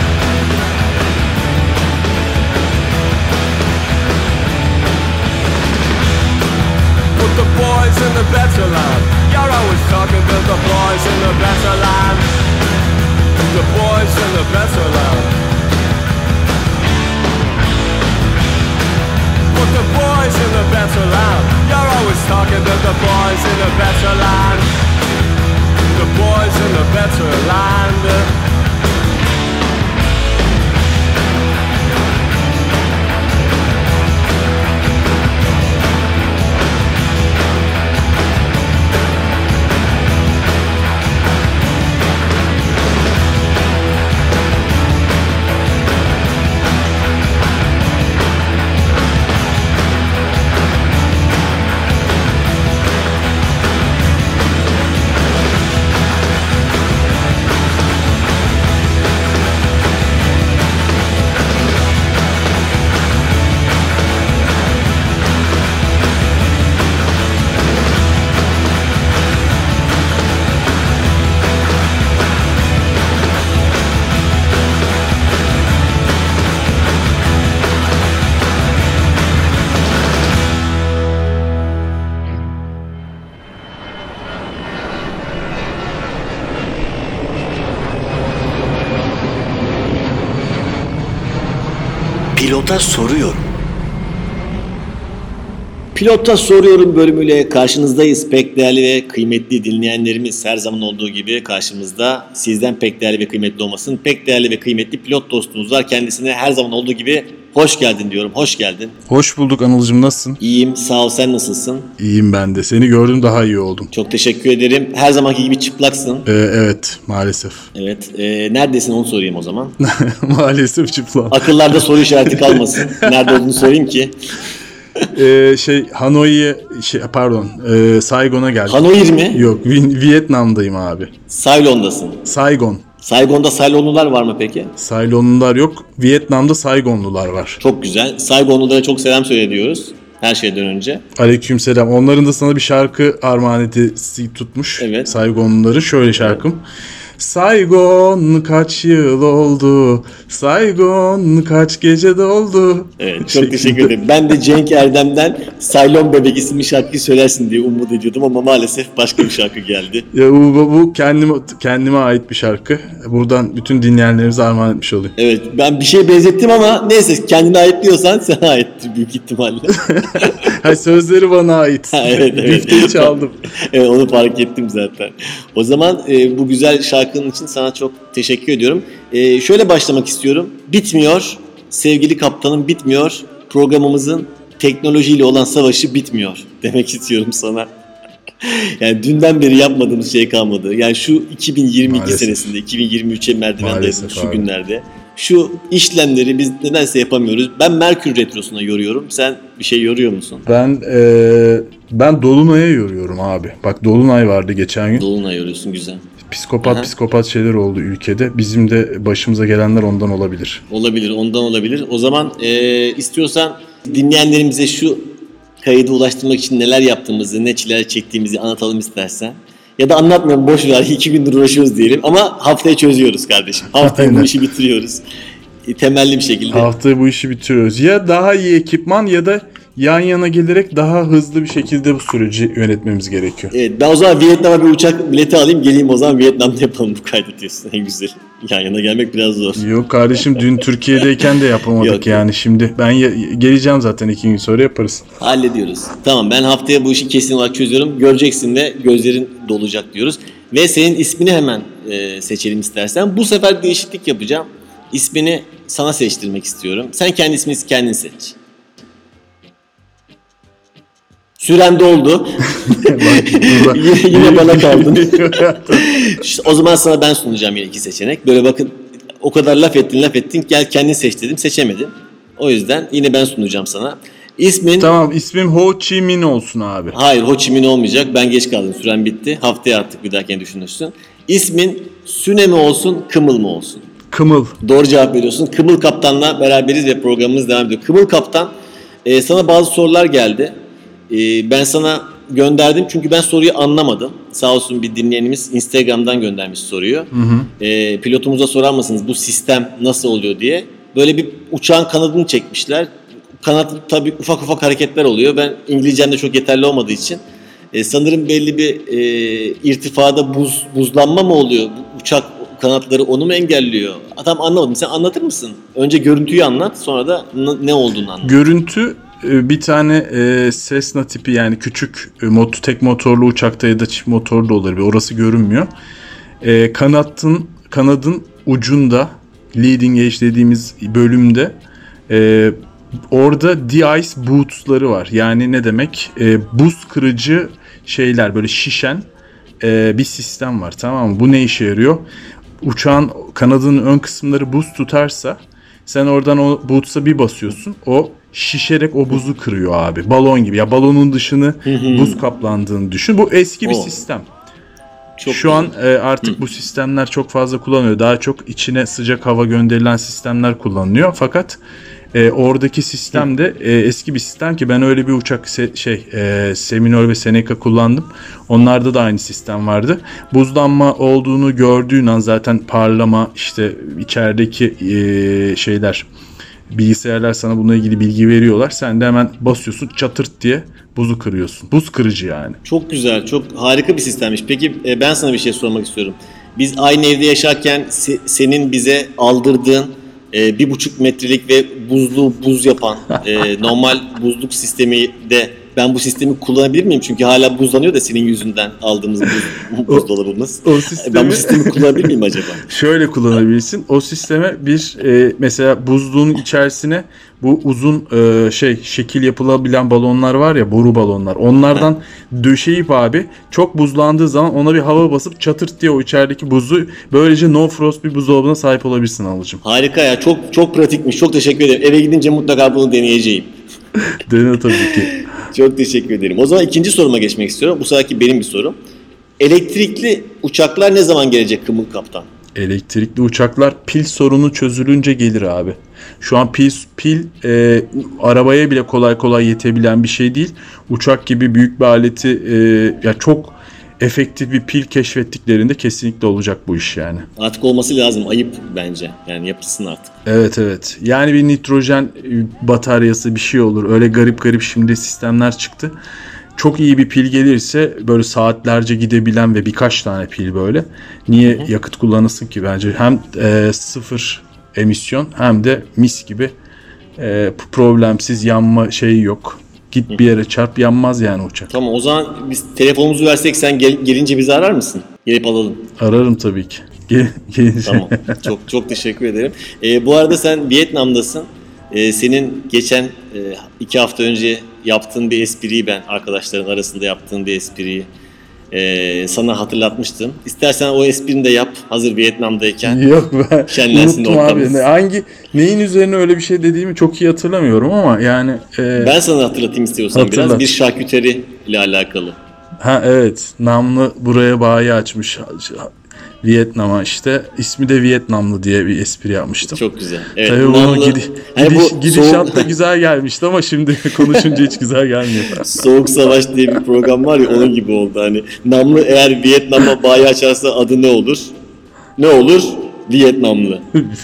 Put the boys in the better land. You're always talking about the boys in the better land. The boys in the better land. Put the boys in the better land. You're always talking about the boys in the better land. The boys in the better land. Pilota soruyorum. Pilota Soruyorum bölümüyle karşınızdayız. Pek değerli ve kıymetli dinleyenlerimiz, her zaman olduğu gibi karşımızda. Sizden pek değerli ve kıymetli olmasın. Pek değerli ve kıymetli pilot dostumuz var. Kendisine her zaman olduğu gibi hoş geldin diyorum. Hoş geldin. Hoş bulduk Anılcım, nasılsın? İyiyim, sağ ol. Sen nasılsın? İyiyim ben de. Seni gördüm, daha iyi oldum. Çok teşekkür ederim. Her zamanki gibi çıplaksın. Ee, evet, maalesef. Evet. E, neredesin onu sorayım o zaman. Maalesef çıplak. Akıllarda soru işareti kalmasın. Nerede olduğunu sorayım ki. Ee, şey Hanoi'ye şey pardon e, Saigon'a geldim. Hanoi mi? Yok, Vi- Vietnam'dayım abi. Saylon'dasın. Saigon. Saigon'da Saylonlular var mı peki? Saylonlular yok. Vietnam'da Saigonlular var. Çok güzel. Saigonlulara çok selam söyle diyoruz. Her şeyden önce. Aleykümselam. Onların da sana bir şarkı armağan etisi tutmuş. Evet. Saigonluları. Şöyle şarkım. Saigon kaç yıl oldu, Saigon kaç gece doldu. Evet, çok teşekkür ederim. Ben de Cenk Erdem'den Saylon Bebek isimli şarkıyı söylersin diye umut ediyordum ama maalesef başka bir şarkı geldi. Ya bu, bu, bu kendime, kendime ait bir şarkı. Buradan bütün dinleyenlerimize armağan etmiş olayım. Evet, ben bir şeye benzettim ama neyse, kendine ait diyorsan sana aittir büyük ihtimalle. Hayır, sözleri bana ait. Ha, evet, evet. Güfteyi çaldım. Evet, onu fark ettim zaten. O zaman e, bu güzel şarkının için sana çok teşekkür ediyorum. E, şöyle başlamak istiyorum. Bitmiyor, sevgili kaptanım, bitmiyor. Programımızın teknolojiyle olan savaşı bitmiyor demek istiyorum sana. Yani dünden beri yapmadığımız şey kalmadı. Yani şu iki bin yirmi iki Maalesef. senesinde, iki bin yirmi üçe merdiven Maalesef dayadık şu abi. günlerde. Şu işlemleri biz nedense yapamıyoruz. Ben Merkür Retrosu'na yoruyorum. Sen bir şey yoruyor musun? Ben e, ben Dolunay'a yoruyorum abi. Bak, Dolunay vardı geçen gün. Dolunay yoruyorsun, güzel. Psikopat Aha. psikopat şeyler oldu ülkede. Bizim de başımıza gelenler ondan olabilir. Olabilir, ondan olabilir. O zaman e, istiyorsan dinleyenlerimize şu kaydı ulaştırmak için neler yaptığımızı, ne çileler çektiğimizi anlatalım istersen. Ya da anlatmayalım, boş ver, iki gündür uğraşıyoruz diyelim ama haftaya çözüyoruz kardeşim. Haftaya bu Aynen. işi bitiriyoruz. E, temelli bir şekilde. Haftaya bu işi bitiriyoruz. Ya daha iyi ekipman ya da yan yana gelerek daha hızlı bir şekilde bu süreci yönetmemiz gerekiyor. Evet, ben o zaman Vietnam'a bir uçak bileti alayım, geleyim o zaman Vietnam'da yapalım bu kaydı diyorsun. En güzel. Yan yana gelmek biraz zor. Yok kardeşim, dün Türkiye'deyken de yapamadık. Yok. Yani şimdi ben ya- geleceğim zaten, iki gün sonra yaparız. Hallediyoruz. Tamam, ben haftaya bu işi kesin olarak çözüyorum. Göreceksin ve gözlerin dolacak diyoruz. Ve senin ismini hemen e, seçelim istersen. Bu sefer değişiklik yapacağım. İsmini sana seçtirmek istiyorum. Sen kendi ismini kendin seç. Süren doldu. yine, yine bana kaldın. İşte o zaman sana ben sunacağım yine iki seçenek. Böyle bakın, o kadar laf ettin laf ettin, gel kendin seç dedim, seçemedin. O yüzden yine ben sunacağım sana. İsmin... Tamam, ismim Ho Chi Minh olsun abi. Hayır, Ho Chi Minh olmayacak. Ben geç kaldım. Süren bitti. Haftaya artık bir dahakine düşünürsün. İsmin Süne mi olsun, Kımıl mı olsun? Kımıl. Doğru cevap veriyorsun. Kımıl Kaptan'la beraberiz ve programımız devam ediyor. Kımıl Kaptan, e, sana bazı sorular geldi. E, ben sana gönderdim çünkü ben soruyu anlamadım. Sağ olsun bir dinleyenimiz Instagram'dan göndermiş soruyu. Hı hı. E, pilotumuza sorar mısınız bu sistem nasıl oluyor diye. Böyle bir uçağın kanadını çekmişler. Kanat tabii ufak ufak hareketler oluyor. Ben İngilizcem de çok yeterli olmadığı için e, sanırım belli bir e, irtifada buz buzlanma mı oluyor? Bu uçak kanatları onu mu engelliyor? Adam anlamadım. Sen anlatır mısın? Önce görüntüyü anlat, sonra da n- ne olduğunu anlat. Görüntü e, bir tane e, Cessna tipi, yani küçük e, mot- tek motorlu uçakta ya da çift motorlu da olabilir. Orası görünmüyor. E, kanatın kanadın ucunda, leading edge dediğimiz bölümde e, orada de-ice boots'ları var. Yani ne demek? E, buz kırıcı şeyler, böyle şişen e, bir sistem var, tamam mı? Bu ne işe yarıyor? Uçağın kanadının ön kısımları buz tutarsa sen oradan o boots'a bir basıyorsun. O şişerek o buzu kırıyor abi. Balon gibi. Ya balonun dışını buz kaplandığını düşün. Bu eski bir Oh. sistem. Çok Şu an e, artık bu sistemler çok fazla kullanılıyor. Daha çok içine sıcak hava gönderilen sistemler kullanılıyor. Fakat e, oradaki sistem de e, eski bir sistem ki ben öyle bir uçak se- şey e, Seminole ve Seneca kullandım. Onlarda da aynı sistem vardı. Buzlanma olduğunu gördüğün an zaten parlama, işte içerideki e, şeyler, bilgisayarlar sana bununla ilgili bilgi veriyorlar. Sen de hemen basıyorsun, çatırt diye buzu kırıyorsun. Buz kırıcı yani. Çok güzel, çok harika bir sistemmiş. Peki e, ben sana bir şey sormak istiyorum. Biz aynı evde yaşarken se- senin bize aldırdığın e, bir buçuk metrelik ve buzlu buz yapan e, normal buzluk sistemi de ben bu sistemi kullanabilir miyim? Çünkü hala buzlanıyor da senin yüzünden aldığımız buz, buzdolabımız. O sistemi... Ben bu sistemi kullanabilir miyim acaba? Şöyle kullanabilirsin. O sisteme bir e, mesela buzluğun içerisine bu uzun e, şey şekil yapılabilen balonlar var ya, boru balonlar. Onlardan döşeyip abi çok buzlandığı zaman ona bir hava basıp çatırt diye o içerideki buzu, böylece no frost bir buzdolabına sahip olabilirsin alıcım. Harika ya. Çok çok pratikmiş. Çok teşekkür ederim. Eve gidince mutlaka bunu deneyeceğim. Dene tabii ki. Çok teşekkür ederim. O zaman ikinci soruma geçmek istiyorum. Bu seferki benim bir sorum. Elektrikli uçaklar ne zaman gelecek Kımıl Kaptan? Elektrikli uçaklar pil sorunu çözülünce gelir abi. Şu an pil, pil e, arabaya bile kolay kolay yetebilen bir şey değil. Uçak gibi büyük bir aleti e, ya çok efektif bir pil keşfettiklerinde kesinlikle olacak bu iş yani. Artık olması lazım. Ayıp bence. Yani yapılsın artık. Evet evet. Yani bir nitrojen bataryası bir şey olur. Öyle garip garip şimdi sistemler çıktı. Çok iyi bir pil gelirse böyle saatlerce gidebilen ve birkaç tane pil böyle. Niye Hı-hı. yakıt kullanılsın ki bence? Hem e, sıfır emisyon hem de mis gibi e, problemsiz yanma şeyi yok. Git Hı-hı. bir yere çarp, yanmaz yani uçak. Tamam, o zaman biz telefonumuzu versek sen gel, gelince bizi arar mısın? Gelip alalım. Ararım tabii ki. Gel, gelince. Tamam. Çok çok teşekkür ederim. E, bu arada sen Vietnam'dasın. E, senin geçen e, iki hafta önce yaptığın bir espriyi, ben arkadaşların arasında yaptığın bir espriyi e, sana hatırlatmıştım. İstersen o esprini de yap hazır Vietnam'dayken. Yok, ben şenlensin unuttum ortamız. abi. Hangi neyin üzerine öyle bir şey dediğimi çok iyi hatırlamıyorum ama yani. E, ben sana hatırlatayım istiyorsan hatırlat. Biraz bir şarküteri ile alakalı. Ha evet, namlı buraya bayi açmış. Vietnam'a işte, ismi de Vietnamlı diye bir espri yapmıştım. Çok güzel. Evet, tabii namlı, bunu gidi, yani gidiş, bu gidişat soğuk... da güzel gelmişti ama şimdi konuşunca hiç güzel gelmiyor. Soğuk Savaş diye bir program var ya, onun gibi oldu. Hani namlı eğer Vietnam'a bayi açarsa adı ne olur? Ne olur? Vietnamlı.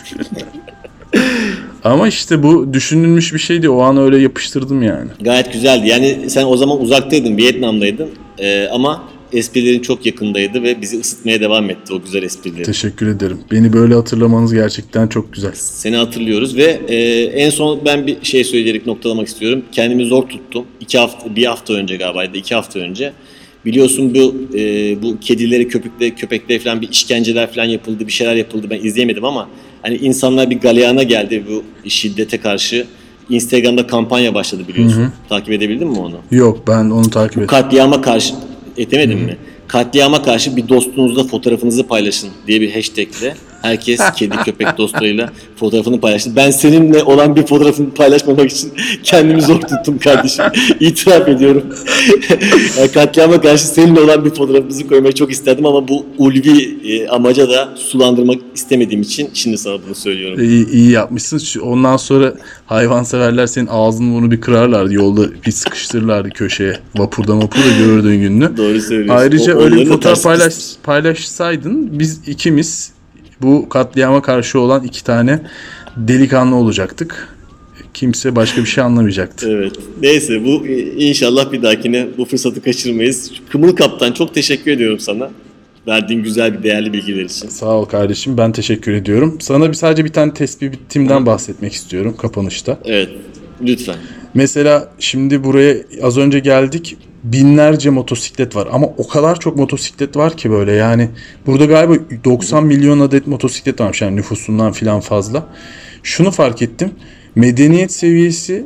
Ama işte bu düşünülmüş bir şeydi. O an öyle yapıştırdım yani. Gayet güzeldi. Yani sen o zaman uzaktaydın, Vietnam'daydın. Ee, ama esprilerin çok yakındaydı ve bizi ısıtmaya devam etti o güzel esprileri. Teşekkür ederim. Beni böyle hatırlamanız gerçekten çok güzel. Seni hatırlıyoruz ve e, en son ben bir şey söyleyerek noktalamak istiyorum. Kendimi zor tuttum. İki hafta, bir hafta önce galiba, iki hafta önce. Biliyorsun bu e, bu kedilere, köpekle, köpekle falan bir işkenceler falan yapıldı, bir şeyler yapıldı. Ben izleyemedim ama hani insanlar bir galeyana geldi bu şiddete karşı. Instagram'da kampanya başladı biliyorsun. Hı hı. Takip edebildin mi onu? Yok, ben onu takip ettim. Katliama karşı edemedim mi? Katliama karşı bir dostunuzla fotoğrafınızı paylaşın diye bir hashtagle herkes kedi köpek dostlarıyla fotoğrafını paylaştı. Ben seninle olan bir fotoğrafını paylaşmamak için kendimi zor tuttum kardeşim. İtiraf ediyorum. Yani katliama karşı seninle olan bir fotoğrafımızı koymayı çok isterdim ama bu ulvi e, amaca da sulandırmak istemediğim için şimdi sana bunu söylüyorum. İyi, iyi yapmışsın. Ondan sonra hayvanseverler senin ağzını bunu bir kırarlardı. Yolda bir sıkıştırırlardı köşeye. Vapurda vapurda gördüğün gününü. Doğru söylüyorsun. Ayrıca o, öyle bir fotoğraf paylaş, paylaşsaydın biz ikimiz bu katliama karşı olan iki tane delikanlı olacaktık. Kimse başka bir şey anlamayacaktı. Evet. Neyse, bu inşallah bir dahakine bu fırsatı kaçırmayız. Kımıl Kaptan, çok teşekkür ediyorum sana. Verdiğin güzel bir değerli bilgiler için. Sağ ol kardeşim, ben teşekkür ediyorum. Sana bir sadece bir tane tespitimden bahsetmek istiyorum kapanışta. Evet, lütfen. Mesela şimdi buraya az önce geldik. Binlerce motosiklet var ama o kadar çok motosiklet var ki böyle, yani burada galiba doksan milyon adet motosiklet varmış yani nüfusundan filan fazla. Şunu fark ettim, medeniyet seviyesi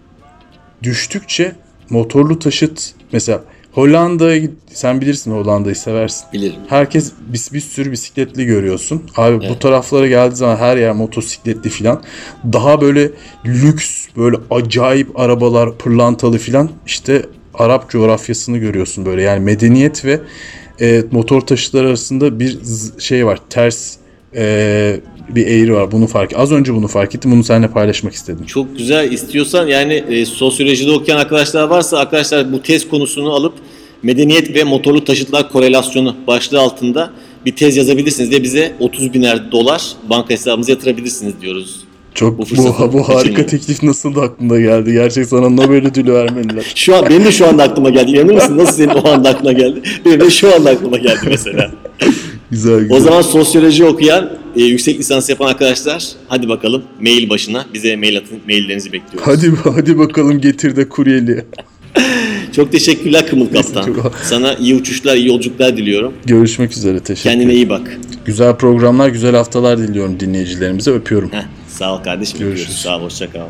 düştükçe motorlu taşıt, mesela Hollanda'ya, sen bilirsin, Hollanda'yı seversin. Bilirim. Herkes bir, bir sürü bisikletli görüyorsun. Abi evet. Bu taraflara geldiği zaman her yer motosikletli filan. Daha böyle lüks, böyle acayip arabalar, pırlantalı filan. İşte Arap coğrafyasını görüyorsun böyle. Yani medeniyet ve e, motor taşıtları arasında bir z- şey var. Ters e, bir eğri var. Bunu fark Az önce bunu fark ettim. Bunu seninle paylaşmak istedim. Çok güzel. İstiyorsan yani e, sosyolojide okuyan arkadaşlar varsa, arkadaşlar bu tez konusunu alıp medeniyet ve motorlu taşıtlar korelasyonu başlığı altında bir tez yazabilirsiniz ve bize otuz biner dolar banka hesabımıza yatırabilirsiniz diyoruz. Çok bu, bu, bu harika teklif nasıl da aklına geldi? Gerçek sana Nobel ödülü vermeliler. Şu an benim de şu anda aklıma geldi. İnanır mısın? Nasıl senin o anda aklına geldi? Benim de şu anda aklıma geldi mesela. Güzel, güzel. O zaman sosyoloji okuyan, e, yüksek lisans yapan arkadaşlar, hadi bakalım mail başına. Bize mail atın, maillerinizi bekliyoruz. Hadi hadi bakalım, getir de kuryeli. Çok teşekkürler Kımıl Kaptan. Sana iyi uçuşlar, iyi yolculuklar diliyorum. Görüşmek üzere. Teşekkür Kendine iyi bak. Güzel programlar, güzel haftalar diliyorum dinleyicilerimize. Öpüyorum. Heh, sağ ol kardeşim. Görüşürüz. Sağ ol, hoşça kal.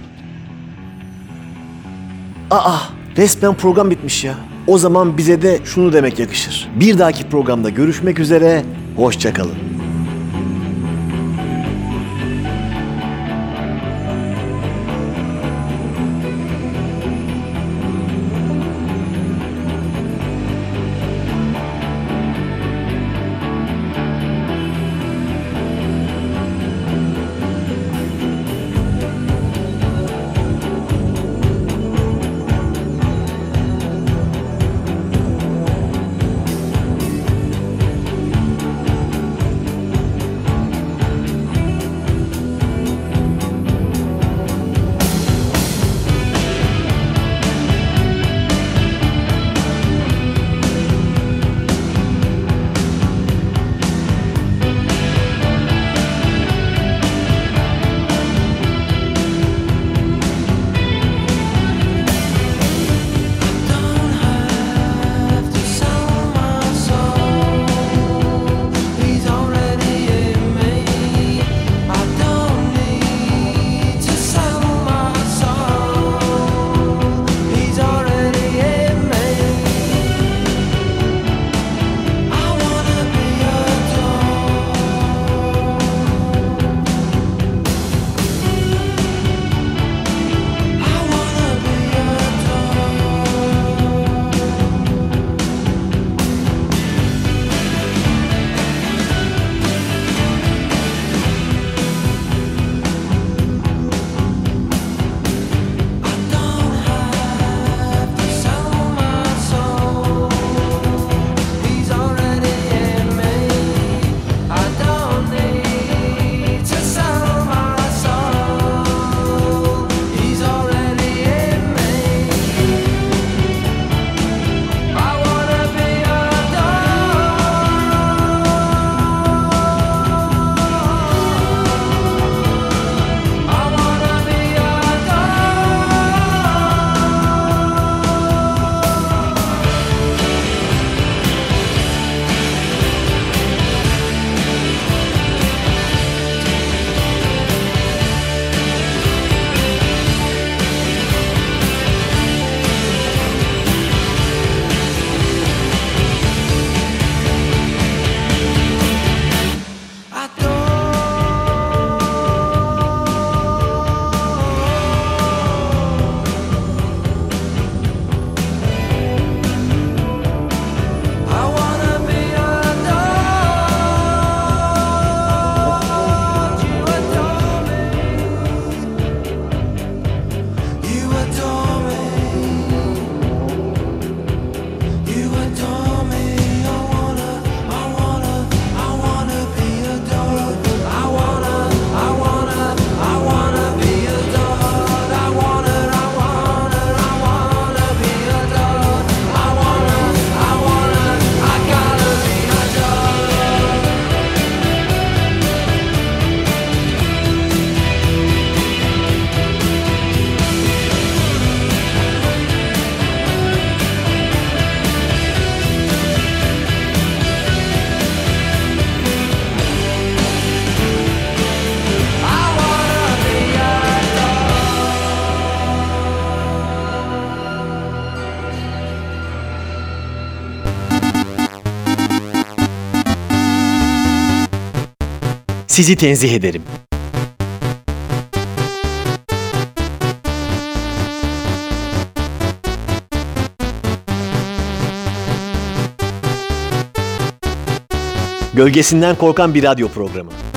Aa, resmen program bitmiş ya. O zaman bize de şunu demek yakışır. Bir dahaki programda görüşmek üzere, hoşça kalın. Sizi tenzih ederim. Gölgesinden korkan bir radyo programı.